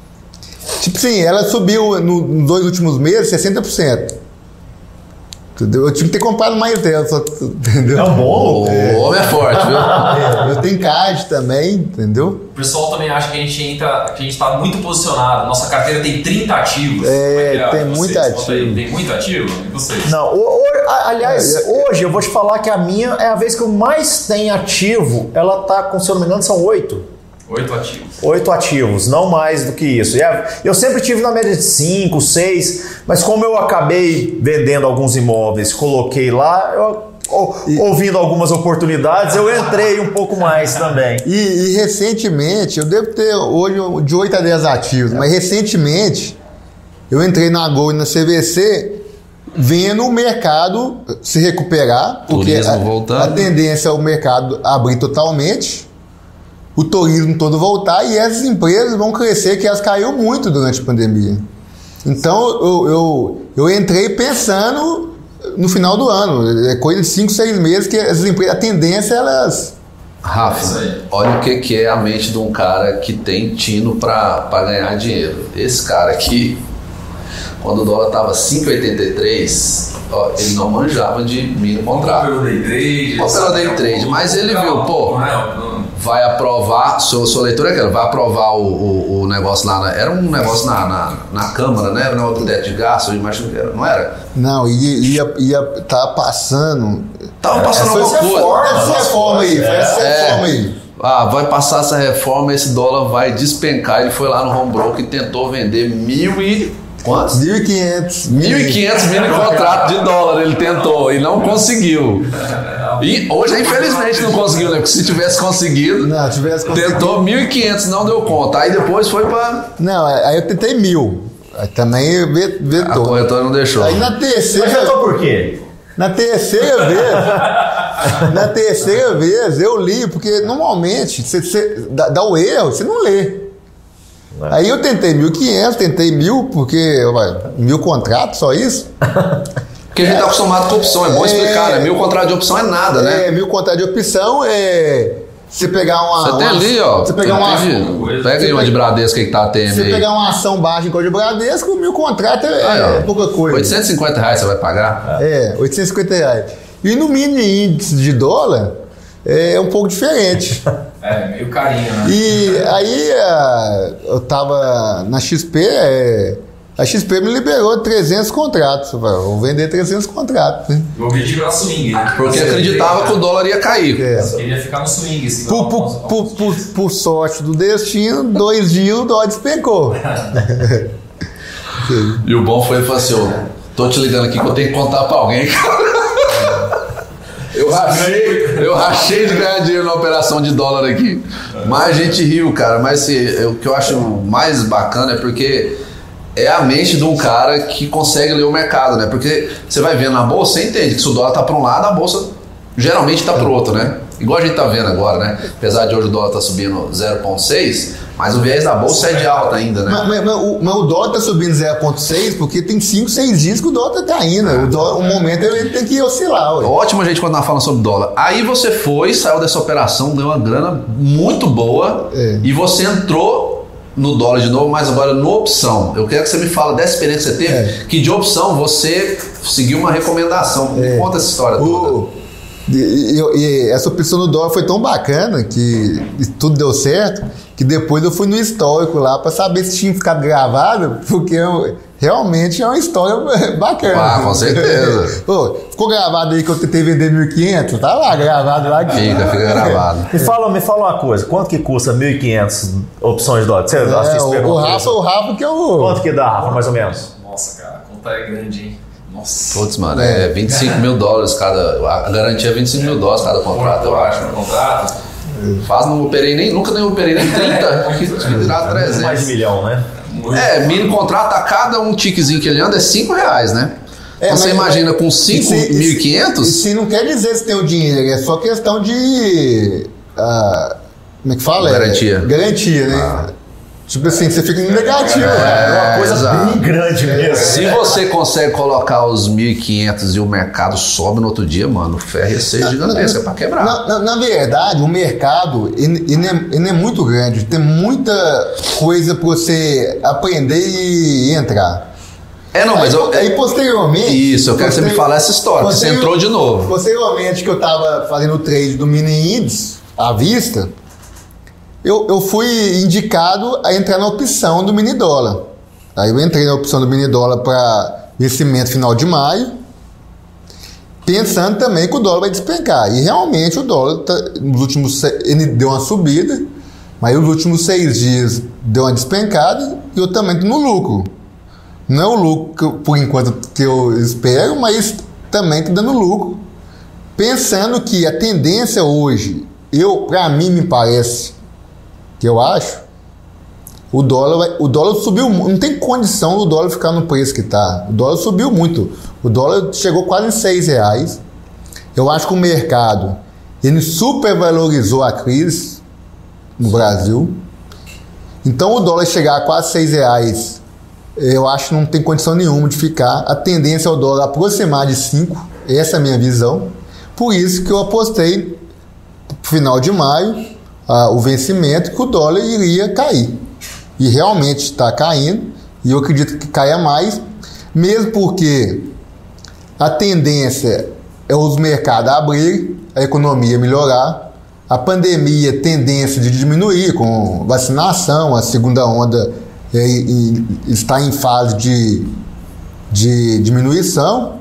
Tipo assim, ela subiu no- nos dois últimos meses sessenta por cento. Entendeu? Eu tinha que ter comprado mais dela, só, entendeu? É um bom. O homem é forte, viu? É, eu tenho card também, entendeu? O pessoal também acha que a gente entra, que a gente está muito posicionado. Nossa carteira tem trinta ativos. É, Como que tem Vocês? muito Conta aí, ativo. Tem muito ativo? E vocês? Não, o- o- a- aliás, É, hoje eu vou te falar que a minha é a vez que eu mais tenho ativo. Ela tá com, se eu não me engano, são oito. Oito ativos. Oito ativos, não mais do que isso. E a- Eu sempre tive na média de cinco, seis, mas como eu acabei vendendo alguns imóveis, coloquei lá, eu, ou- ouvindo algumas oportunidades, eu entrei um pouco mais também. E, e recentemente, eu devo ter hoje de oito a dez ativos, mas recentemente eu entrei na Gol e na C V C vendo o mercado se recuperar, porque Turismo a, voltando. a tendência é o mercado abrir totalmente, o turismo todo voltar e essas empresas vão crescer, que elas caíram muito durante a pandemia. Então eu, eu, eu entrei pensando no final do ano, é coisa de cinco, seis meses que essas empresas, a tendência é elas... Isso Rafa, aí. olha o que, que é a mente de um cara que tem tino pra, pra ganhar dinheiro. Esse cara aqui, quando o dólar tava cinco reais e oitenta e três, ó, ele não manjava de mini contrato. Pelo day trade. Ó, pelo day trade, mas ele viu, pô, Não, não. vai aprovar, sua, sua leitura é aquela, vai aprovar o, o, o negócio lá, na, era um negócio na, na, na Câmara, né? Era um negócio do teto de gasto, eu imagino que era, não era? Não, ia, ia, ia tá passando. Tava passando Foi alguma essa coisa. reforma, essa reforma aí, foi essa É. reforma aí. Ah, vai passar essa reforma, esse dólar vai despencar. Ele foi lá no home broker e tentou vender mil e... Quantos? mil e quinhentos. mil e quinhentos mini contrato de dólar ele tentou e não conseguiu. E hoje, infelizmente, não conseguiu, né? Porque se tivesse conseguido, Não, tivesse conseguido. tentou mil e quinhentos, não deu conta. Aí depois foi pra... Não, aí eu tentei mil. Aí também ve- A vetou. corretora não deixou. Aí na Mas terceira, eu tô por quê? na terceira vez, na terceira vez eu li, porque normalmente você, você dá, dá o erro, você não lê. Aí eu tentei mil e quinhentos, tentei mil, porque ué, mil contratos, só isso. Porque a gente tá acostumado com opção, é bom explicar, né? Mil contrato de opção é nada, né? É, mil contratos de opção é você pegar uma. Você tem uma- ali, ó. Você pegar uma. Entendi. Pega você aí uma de pega- Bradesco aí que tá a T M Se você aí. pegar uma ação baixa em Código Bradesco, mil contratos é, Aí, ó. é pouca coisa. oitocentos e cinquenta reais você vai pagar? É, oitocentos e cinquenta reais. E no mini índice de dólar é um pouco diferente. É, meio carinho, né? E aí ah, eu tava na X P, é, A X P me liberou trezentos contratos. Eu falei, vou vender trezentos contratos. Né? O objetivo era swing, né? Porque acreditava que o dólar ia cair. É. Ele ia ficar no swing. Assim, Por, por, por, por, por sorte do destino, dois dias o dólar despencou. E o bom foi ele falou assim: ô, tô te ligando aqui que eu tenho que contar pra alguém, cara. Eu rachei, eu rachei de ganhar dinheiro na operação de dólar aqui. Mas a gente riu, cara. Mas assim, o que eu acho mais bacana é porque é a mente de um cara que consegue ler o mercado, né? Porque você vai vendo na bolsa, você entende que se o dólar tá para um lado, a bolsa geralmente tá pro outro, né? Igual a gente tá vendo agora, né? Apesar de hoje o dólar tá subindo zero vírgula seis, mas o viés da bolsa é de alta ainda, né? Mas, mas, mas, o, mas o dólar tá subindo zero vírgula seis porque tem cinco, seis dias que o dólar tá caindo. O, dólar, o momento ele tem que oscilar. Ué. Ótimo a gente quando nós falamos sobre dólar. Aí você foi, saiu dessa operação, deu uma grana muito boa é. e você entrou no dólar de novo, mas agora no opção. Eu quero que você me fale dessa experiência que você teve, é. que de opção você seguiu uma recomendação. Me é. conta essa história o... toda. E, e, e essa opção no dólar foi tão bacana que tudo deu certo que depois eu fui no histórico lá para saber se tinha ficado gravado, porque eu, realmente é uma história bacana. Ah, com certeza. Pô, ficou gravado aí que eu tentei vender mil e quinhentos, tá lá gravado lá. Que... Fica, fica gravado. Me fala, me fala uma coisa, quanto que custa mil e quinhentas opções de dólar? Você, é, o, o, Rafa, o Rafa que é o... Quanto que dá, Rafa, mais ou menos? Nossa, cara, a conta é grande, hein? Nossa. Putz, mano, é vinte e cinco mil dólares cada. A garantia é vinte e cinco mil dólares cada contrato, eu acho. Contrato? Faz, não operei nem, nunca nem operei nem trinta, que dirá trezentos. Mais de milhão, né? É, mini contrato, a cada um tiquezinho que ele anda é cinco reais, né? É, então você mas, imagina mas, com cinco mil e quinhentos? Isso não quer dizer se tem o dinheiro, é só questão de. Uh, como é que fala? Garantia. É, garantia, né? Ah. Tipo assim, você fica negativo. É, é uma coisa exato. Bem grande mesmo. Se você consegue colocar os mil e quinhentos e o mercado sobe no outro dia, mano, o ferro ia ser gigantesco, é pra quebrar. Na, na, na verdade, o mercado ele, ele, é, ele é muito grande, tem muita coisa pra você aprender e entrar. É, não, mas aí, eu... aí posteriormente... Isso, eu quero que você me fale essa história, que você entrou de novo. Posteriormente que eu tava fazendo o trade do mini índice à vista... Eu, eu fui indicado a entrar na opção do mini dólar. Aí eu entrei na opção do mini dólar para vencimento final de maio, pensando também que o dólar vai despencar. E realmente o dólar, tá, nos últimos, ele deu uma subida, mas nos últimos seis dias deu uma despencada e eu também estou no lucro. Não é o lucro, que eu, por enquanto, que eu espero, mas também estou dando lucro. Pensando que a tendência hoje, eu, para mim me parece... que eu acho, o dólar, vai, o dólar subiu, não tem condição do dólar ficar no preço que está. O dólar subiu muito. O dólar chegou quase em seis reais. Eu acho que o mercado, ele supervalorizou a crise no Brasil. Então o dólar chegar a quase seis reais, eu acho que não tem condição nenhuma de ficar. A tendência é o dólar aproximar de cinco. Essa é a minha visão. Por isso que eu apostei no final de maio, Ah, o vencimento, que o dólar iria cair. E realmente está caindo, e eu acredito que caia mais, mesmo porque a tendência é os mercados abrirem, a economia melhorar, a pandemia tendência de diminuir com vacinação, a segunda onda é, e, está em fase de, de diminuição.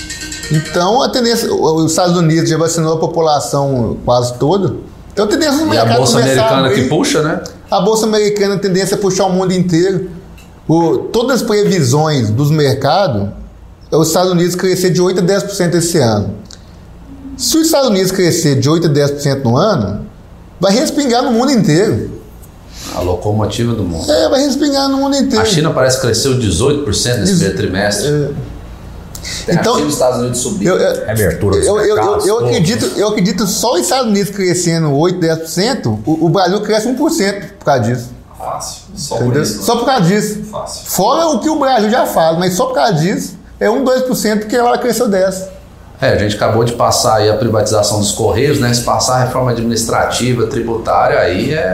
Então a tendência, os Estados Unidos já vacinou a população quase toda. Então, a tendência no e a Bolsa Americana a abrir, que puxa, né? A Bolsa Americana tem tendência a puxar o mundo inteiro. O, todas as previsões dos mercados, é os Estados Unidos crescer de oito a dez por cento esse ano. Se os Estados Unidos crescer de oito a dez por cento no ano, vai respingar no mundo inteiro. A locomotiva do mundo. É, vai respingar no mundo inteiro. A China parece que cresceu dezoito por cento nesse primeiro trimestre. É. Então, os Estados Unidos subiu. Eu, eu, abertura dos eu, eu, mercados, eu, eu, acredito, eu acredito só os Estados Unidos crescendo oito, dez por cento, o, o Brasil cresce um por cento por causa disso. Fácil. Só Entendeu? por isso. Só por causa disso. Fácil. Fora o que o Brasil já faz, mas só por causa disso é um, dois por cento que ela cresceu dez. É, a gente acabou de passar aí a privatização dos Correios, né? Se passar a reforma administrativa, tributária, aí é...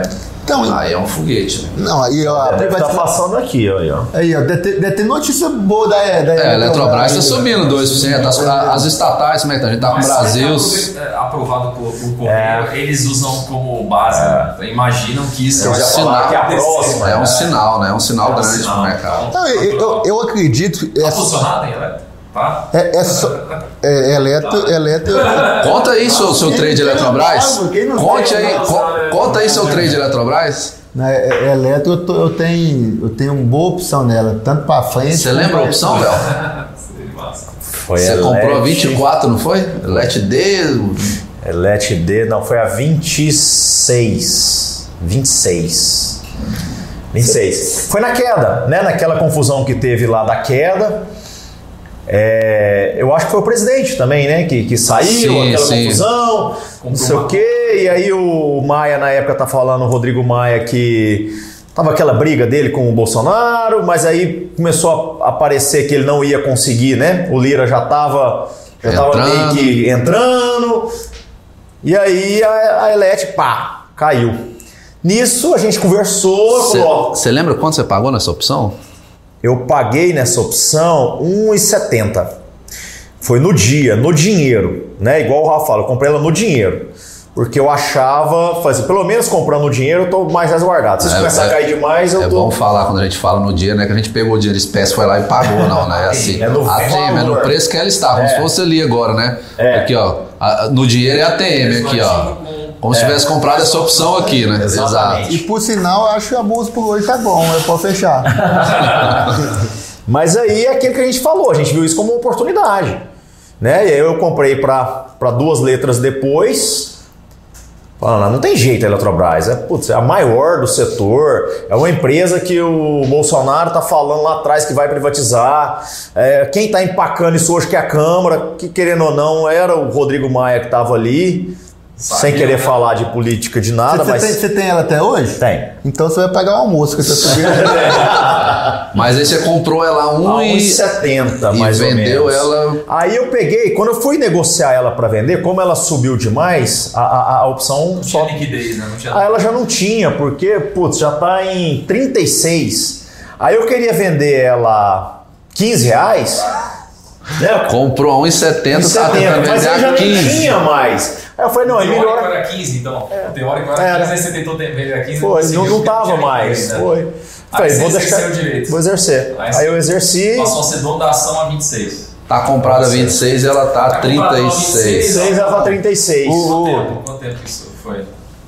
Então, aí é um foguete, né? Não, aí ó, Deve vai estar ter- passando aqui, ó, aí, ó. aí, ó, deve ter, deve ter notícia boa da, da É, a Eletrobras está aí, subindo dois por cento. As, as estatais, como é que tá? A gente tá com o Mas Brasil. se é aprovado por, por correio, É. eles usam como base. né? Imaginam que isso É um vai sinal. que é a próxima. É um sinal, né? É um sinal É um grande sinal. pro mercado. Não, eu, eu, eu acredito. Tá É, funcionando, hein, Eletro? Tá? é, é, só, é eletro, eletro. Conta aí seu, seu trade Eletrobras. Quem não Conte tem? aí, co- conta aí seu trade Eletrobras. Na é, é eletro, eu, tô- eu tenho, eu tenho uma boa opção nela, tanto para frente. Você lembra a opção, Léo? Foi Você a comprou a L E T. vinte e quatro, não foi? L E T D. L E T D, não, foi a vinte e seis. vinte e seis. vinte e seis. Foi na queda, né? Naquela confusão que teve lá da queda. É, eu acho que foi o presidente também, né? Que, que saiu, Sim, aquela sim. confusão, não sei o quê. E aí o Maia, na época, tá falando, o Rodrigo Maia, que tava aquela briga dele com o Bolsonaro, mas aí começou a aparecer que ele não ia conseguir, né? O Lira já tava, já tava meio Entrando. que entrando. E aí a, a Elete, pá, caiu. Nisso a gente conversou, falou, ó, Você lembra quanto você pagou nessa opção? eu paguei nessa opção um real e setenta centavos. Foi no dia, no dinheiro, né? Igual o Rafa fala, eu comprei ela no dinheiro. Porque eu achava, fazia, pelo menos comprando no dinheiro, eu tô mais resguardado. Se isso É, começar é- a cair demais, eu É tô. bom falar quando a gente fala no dia, né? Que a gente pegou o dinheiro espécie, foi lá e pagou, não, né? É assim. É no A T M, é no valor. preço que ela está, como É. se fosse ali agora, né? É. Aqui, ó. a- no dinheiro é a T M aqui, ó. Como se tivesse comprado essa opção aqui, né? Exatamente. E por sinal, eu acho que o abuso por hoje tá bom, é pra fechar. Mas aí é aquilo que a gente falou, a gente viu isso como uma oportunidade. Né? E aí eu comprei para duas letras depois. Falando, não tem jeito a Eletrobras, é, putz, é a maior do setor, é uma empresa que o Bolsonaro está falando lá atrás que vai privatizar. É, quem está empacando isso hoje que é a Câmara, que querendo ou não era o Rodrigo Maia que estava ali, Sabia, sem querer né? falar de política de nada, Você mas tem, você tem ela até hoje? tem. Então você vai pagar o almoço que você subiu. Mas aí você comprou ela a um um real e e, setenta e mais ou vendeu menos. ela. Aí eu peguei, quando eu fui negociar ela para vender, como ela subiu demais, a, a, a opção Não só. tinha liquidez, né? Não tinha Ah, ela já não tinha, porque, putz, já tá em trinta e seis. Aí eu queria vender ela quinze reais, né? Comprou a um e setenta, tá tentando mas vender aí já a não quinze. tinha mais. Aí eu falei, não, é O teórico melhor. era quinze, então. O teórico era Era. quinze, aí você tentou vender a quinze. Foi, não, conseguiu, não porque tava tinha mais. liquidez, né? Foi. Aí Falei, você vou exerceu deixar. o direito. Vou exercer. Aí Aí, você eu exerci. Passou a ser dono da ação a vinte e seis. Tá comprada a vinte e seis e ela tá Tá comprada trinta a e vinte e seis. seis. seis ela tá trinta e seis. Quanto tempo? Quanto tempo que isso foi?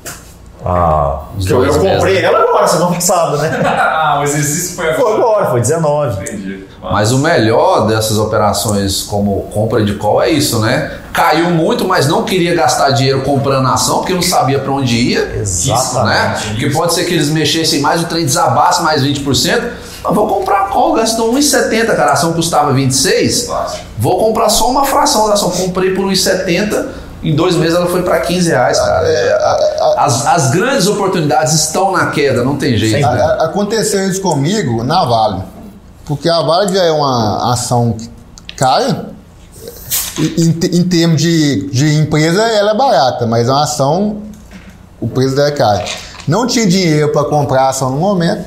Ah, Os eu, dois eu comprei meses. ela agora, semana passada, né? Ah, o exercício foi Foi agora, foi dezenove. Entendi. Mas o melhor dessas operações como compra de call é isso, né? Caiu muito, mas não queria gastar dinheiro comprando a ação, porque não sabia para onde ia. Né? Exatamente. Porque pode ser que eles mexessem mais, o trem desabasse mais vinte por cento. Mas vou comprar a call, gastou um real e setenta, cara. A ação custava vinte e seis. Fácil. Vou comprar só uma fração da ação. Comprei por um real e setenta. Em dois meses ela foi para quinze reais, cara. As, as grandes oportunidades estão na queda, não tem jeito. A- Né? a- Aconteceu isso comigo na Vale. Porque a Vale já é uma ação cara. Em, te- em termos de, de empresa, ela é barata, mas é uma ação, o preço dela é caro. Não tinha dinheiro para comprar a ação no momento.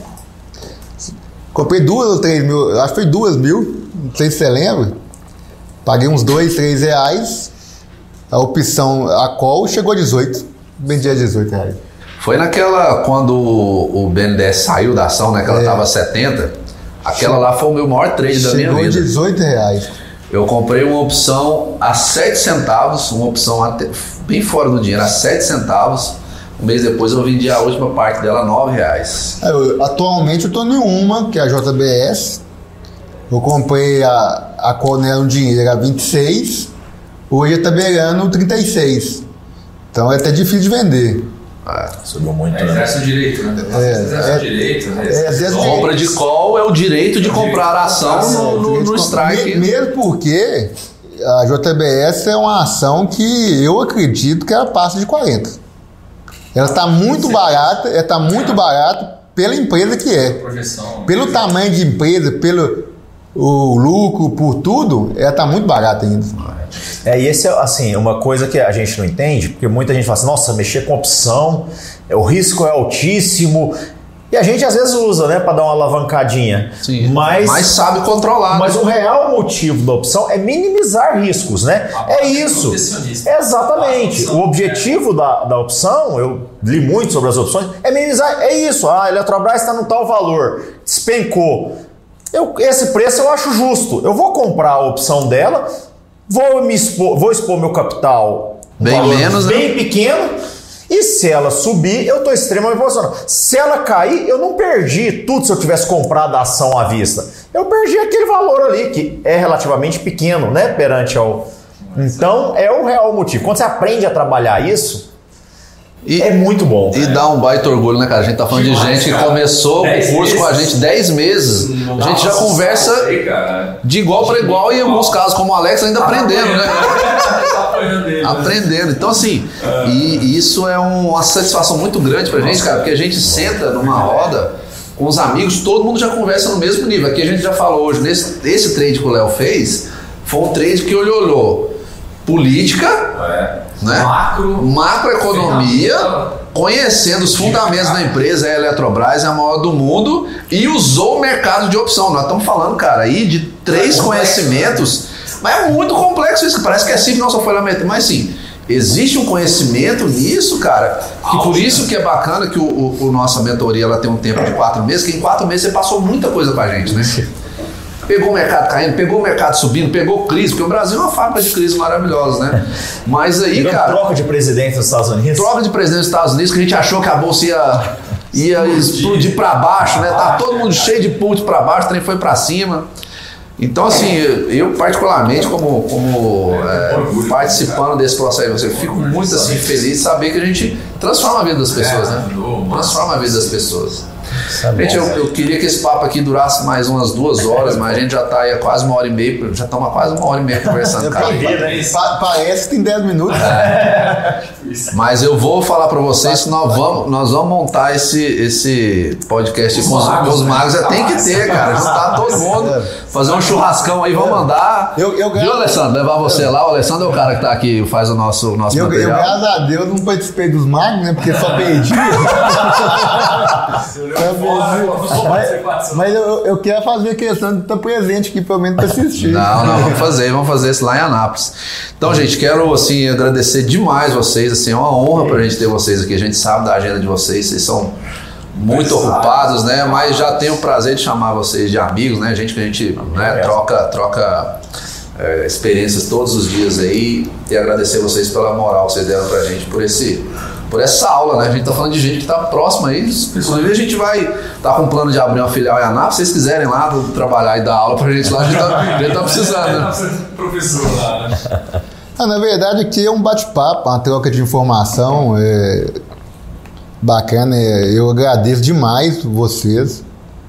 Comprei duas ou três mil, acho que foi duas mil, não sei se você lembra. Paguei uns dois, três reais. A opção, a call, chegou a dezoito. Vendi a dezoito reais. Foi naquela, quando o o B N D E S saiu da ação, né? Que ela É. estava setenta. Aquela lá foi o meu maior trade da minha Chegou a vida. dezoito reais. Eu comprei uma opção a sete centavos, uma opção até, bem fora do dinheiro, a sete centavos. Um mês depois eu vendi a última parte dela a nove reais. É, eu- atualmente eu estou em uma, que é a J B S. Eu comprei a, a Cornell no dinheiro a vinte e seis, hoje está beirando trinta e seis. Então é até difícil de vender. Subiu muito, É, né? exerce o direito, né? É, exerce é, o direito, né? é, exerce o Então, Compra de call é o direito de comprar a ação no, no, no strike. Me- Mesmo porque a J B S é uma ação que eu acredito que ela passa de quarenta. Ela está muito barata, ela está muito barata pela empresa que é. projeção. Pelo tamanho de empresa, pelo, o lucro por tudo, ela tá muito barata ainda. É, e esse é, assim, uma coisa que a gente não entende, porque muita gente fala assim, nossa, mexer com opção, o risco é altíssimo, e a gente às vezes usa, né, para dar uma alavancadinha. Sim, mas, mas sabe controlar. Mas né? o real motivo da opção é minimizar riscos, né? É isso. Exatamente. O objetivo da, da opção, eu li muito sobre as opções, é minimizar, é isso. Ah, a Eletrobras está no tal valor, despencou. Eu, esse preço eu acho justo. Eu vou comprar a opção dela, vou, me expor, vou expor meu capital bem menos, bem né? pequeno, e se ela subir, eu estou extremamente posicionado. Se ela cair, eu não perdi tudo se eu tivesse comprado a ação à vista. Eu perdi aquele valor ali, que é relativamente pequeno, né? Perante ao... Então, é o real motivo. Quando você aprende a trabalhar isso, E, é muito bom. E dá um baita orgulho, né, cara? A gente tá falando Demais, de gente cara. que começou o curso meses. com a gente dez meses. A gente já Nossa, conversa sei, cara. de igual para igual e em alguns casos, como o Alex, ainda aprendendo, né? Tá apanhando dele, né? Aprendendo. Então, assim, e, e isso é um- uma satisfação muito grande pra gente, cara, porque a gente senta numa roda com os amigos, todo mundo já conversa no mesmo nível. Aqui a gente já falou hoje, nesse esse trade que o Léo fez, foi um trade que ele olhou política, É. né? Macro. macroeconomia, Ferramenta. conhecendo os fundamentos da empresa, a Eletrobras é a maior do mundo, e usou o mercado de opção. Nós estamos falando, cara, aí de três É complexo, conhecimentos, mas é muito complexo isso, que parece que é simples, não só foi lá meter, mas sim, existe um conhecimento nisso, cara, que por isso que é bacana que o, o, o nossa mentoria ela tem um tempo de quatro meses, que em quatro meses você passou muita coisa com a gente, né? Pegou o mercado caindo, pegou o mercado subindo, pegou crise, porque o Brasil é uma fábrica de crise maravilhosa, né? Mas aí, Pegando cara, troca de presidente nos Estados Unidos. troca de presidente dos Estados Unidos, que a gente achou que a bolsa ia, ia explodir para baixo, né? Tá todo mundo cheio de put para baixo, o trem foi para cima. Então, assim, eu particularmente, como, como é, participando desse processo, eu fico muito assim, feliz de saber que a gente transforma a vida das pessoas, né? Transforma a vida das pessoas. Gente, eu, eu queria que esse papo aqui durasse mais umas duas horas, mas a gente já tá aí há quase uma hora e meia, já estamos há quase uma hora e meia conversando, cara. Pa- Parece que tem dez minutos. Mas eu vou falar pra vocês que nós vamos, nós vamos montar esse, esse podcast Os com os, magos, com os né? magos. Já tem que ter, cara. Juntar todo mundo, fazer um churrascão aí, vamos mandar. Eu- eu Viu, ganho- Alessandro? Levar você lá. O Alessandro é o cara que tá aqui, faz o nosso, nosso Eu, eu, material. graças a Deus, não participei dos magos, né? Porque só perdi. mas mas eu, eu quero fazer questão de estar presente aqui, pelo menos, para assistir. Não, não, vamos fazer, vamos fazer isso lá em Anápolis. Então, gente, quero assim agradecer demais vocês, assim, é uma honra pra gente ter vocês aqui. A gente sabe da agenda de vocês, vocês são muito ocupados, né? Mas já tenho o prazer de chamar vocês de amigos, né? Gente que a gente né, troca, troca é, experiências todos os dias aí, e agradecer vocês pela moral que vocês deram pra gente por esse por essa aula, né? A gente tá falando de gente que tá próxima aí. Inclusive a gente vai tá com um plano de abrir uma filial em Anápolis. Se vocês quiserem lá do- trabalhar e dar aula pra gente lá, a gente tá, a gente tá precisando, né? Professor lá, né? Ah, na verdade, aqui é um bate-papo, uma troca de informação é, bacana. é, Eu agradeço demais vocês,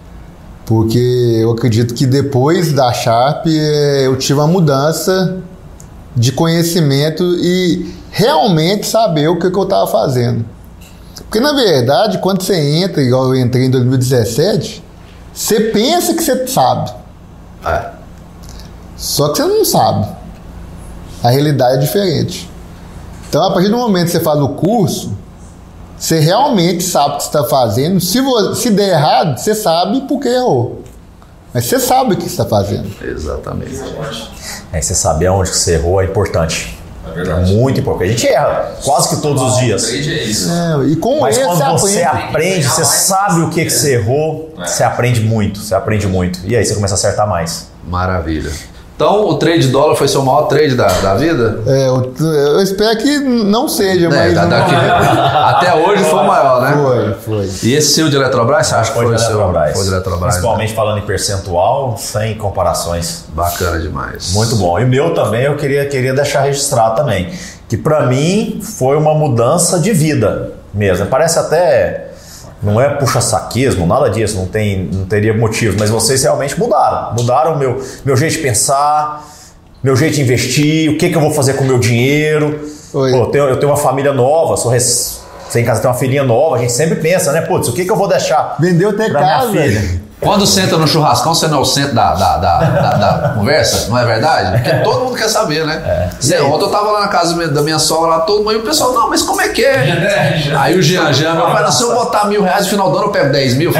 porque eu acredito que depois da Sharp é, eu tive uma mudança de conhecimento e realmente saber o que, que eu estava fazendo. Porque, na verdade, quando você entra, igual eu entrei em dois mil e dezessete, você pensa que você sabe. É. Só que você não sabe. A realidade é diferente. Então, a partir do momento que você faz o curso, você realmente sabe o que você está fazendo. Se, vo- se der errado, você sabe por que errou. Mas você sabe o que você está fazendo. Exatamente. É, você saber onde que você errou é importante. É verdade. Muito importante. A gente erra quase que todos os dias. Trade é isso. É, e com Mas esse quando você aprende. aprende, você sabe o que, que você errou, É. você aprende muito, você aprende muito. E aí você começa a acertar mais. Maravilha. Então, o trade dólar foi seu maior trade da, da vida? É, eu, eu espero que não seja, É, mas. da- não- daqui- até hoje foi o maior, né? Foi, foi. E esse seu de Eletrobras, você acha que Foi foi, de o seu? Eletrobras. Foi de Eletrobras. Principalmente falando em percentual, sem comparações. Bacana demais. Muito bom. E o meu também, eu queria, queria deixar registrado também. Que pra mim foi uma mudança de vida mesmo. Parece até... Não é puxa-saquismo, nada disso, não, tem, não teria motivo. Mas vocês realmente mudaram. Mudaram o meu, meu jeito de pensar, meu jeito de investir, o que, que eu vou fazer com o meu dinheiro. Pô, Oi. eu, tenho, eu tenho uma família nova, sou rec... Você em casa tem uma filhinha nova, a gente sempre pensa, né? Putz, o que, que eu vou deixar Vendeu até pra minha casa. filha? Quando senta no churrascão, você não é o centro da, da, da, da, da conversa, não é verdade? Porque todo mundo quer saber, né? É. Zé, ontem eu tava lá na casa da minha sogra, lá todo mundo, e o pessoal, não, mas como é que é? Aí o Jean, Jean, meu pai, se eu botar mil reais no final do ano, eu pego dez mil.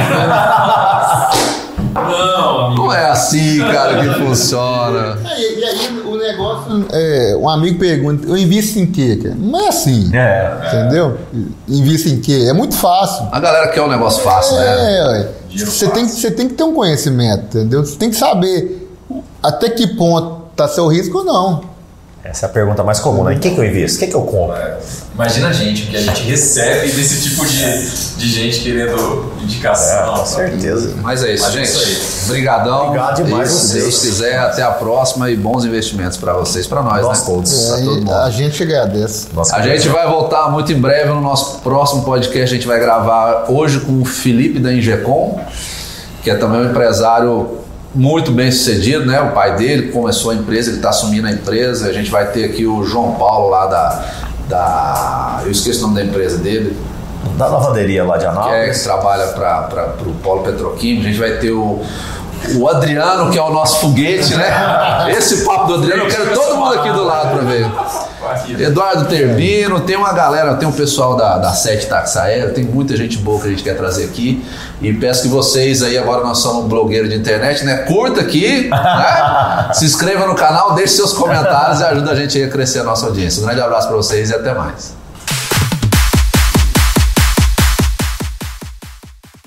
Não, amigo. Não é assim, cara, que funciona. E, e aí o negócio, é, um amigo pergunta, eu invisto em quê? Cara? Não é assim, É. entendeu? Invisto em quê? É muito fácil. A galera quer um negócio fácil, né? É, ué. Você tem, você tem que ter um conhecimento, entendeu? Você tem que saber até que ponto está seu risco ou não. Essa é a pergunta mais comum, né? Em que, que eu invisto? O que, que eu compro? É, imagina a gente, o que a gente recebe desse tipo de, de gente querendo indicação. É, com certeza. Mas é isso, Mas é gente. isso Obrigadão. Obrigado demais e, se vocês. Deus quiser, até a próxima e bons investimentos para vocês, para nós, Nós né? todos. É, Pra todo mundo. a gente agradece. Nossa, A gente vai voltar muito em breve no nosso próximo podcast. A gente vai gravar hoje com o Felipe da Ingecom, que é também um empresário muito bem sucedido, né? O pai dele começou a empresa, ele está assumindo a empresa. A gente vai ter aqui o João Paulo lá da, da eu esqueço o nome da empresa dele, da lavanderia lá de que, é, Anápolis. que trabalha para o Polo Petroquímico. A gente vai ter o, o Adriano, que é o nosso foguete, né? Esse papo do Adriano, eu quero todo mundo aqui do lado para ver. Eduardo Terbino, tem uma galera, tem um pessoal da, da Sete Táxi Aéreo, tem muita gente boa que a gente quer trazer aqui. E peço que vocês aí, agora nós somos blogueiros de internet, né? Curta aqui, né? Se inscreva no canal, deixe seus comentários e ajuda a gente aí a crescer a nossa audiência. Um grande abraço para vocês e até mais.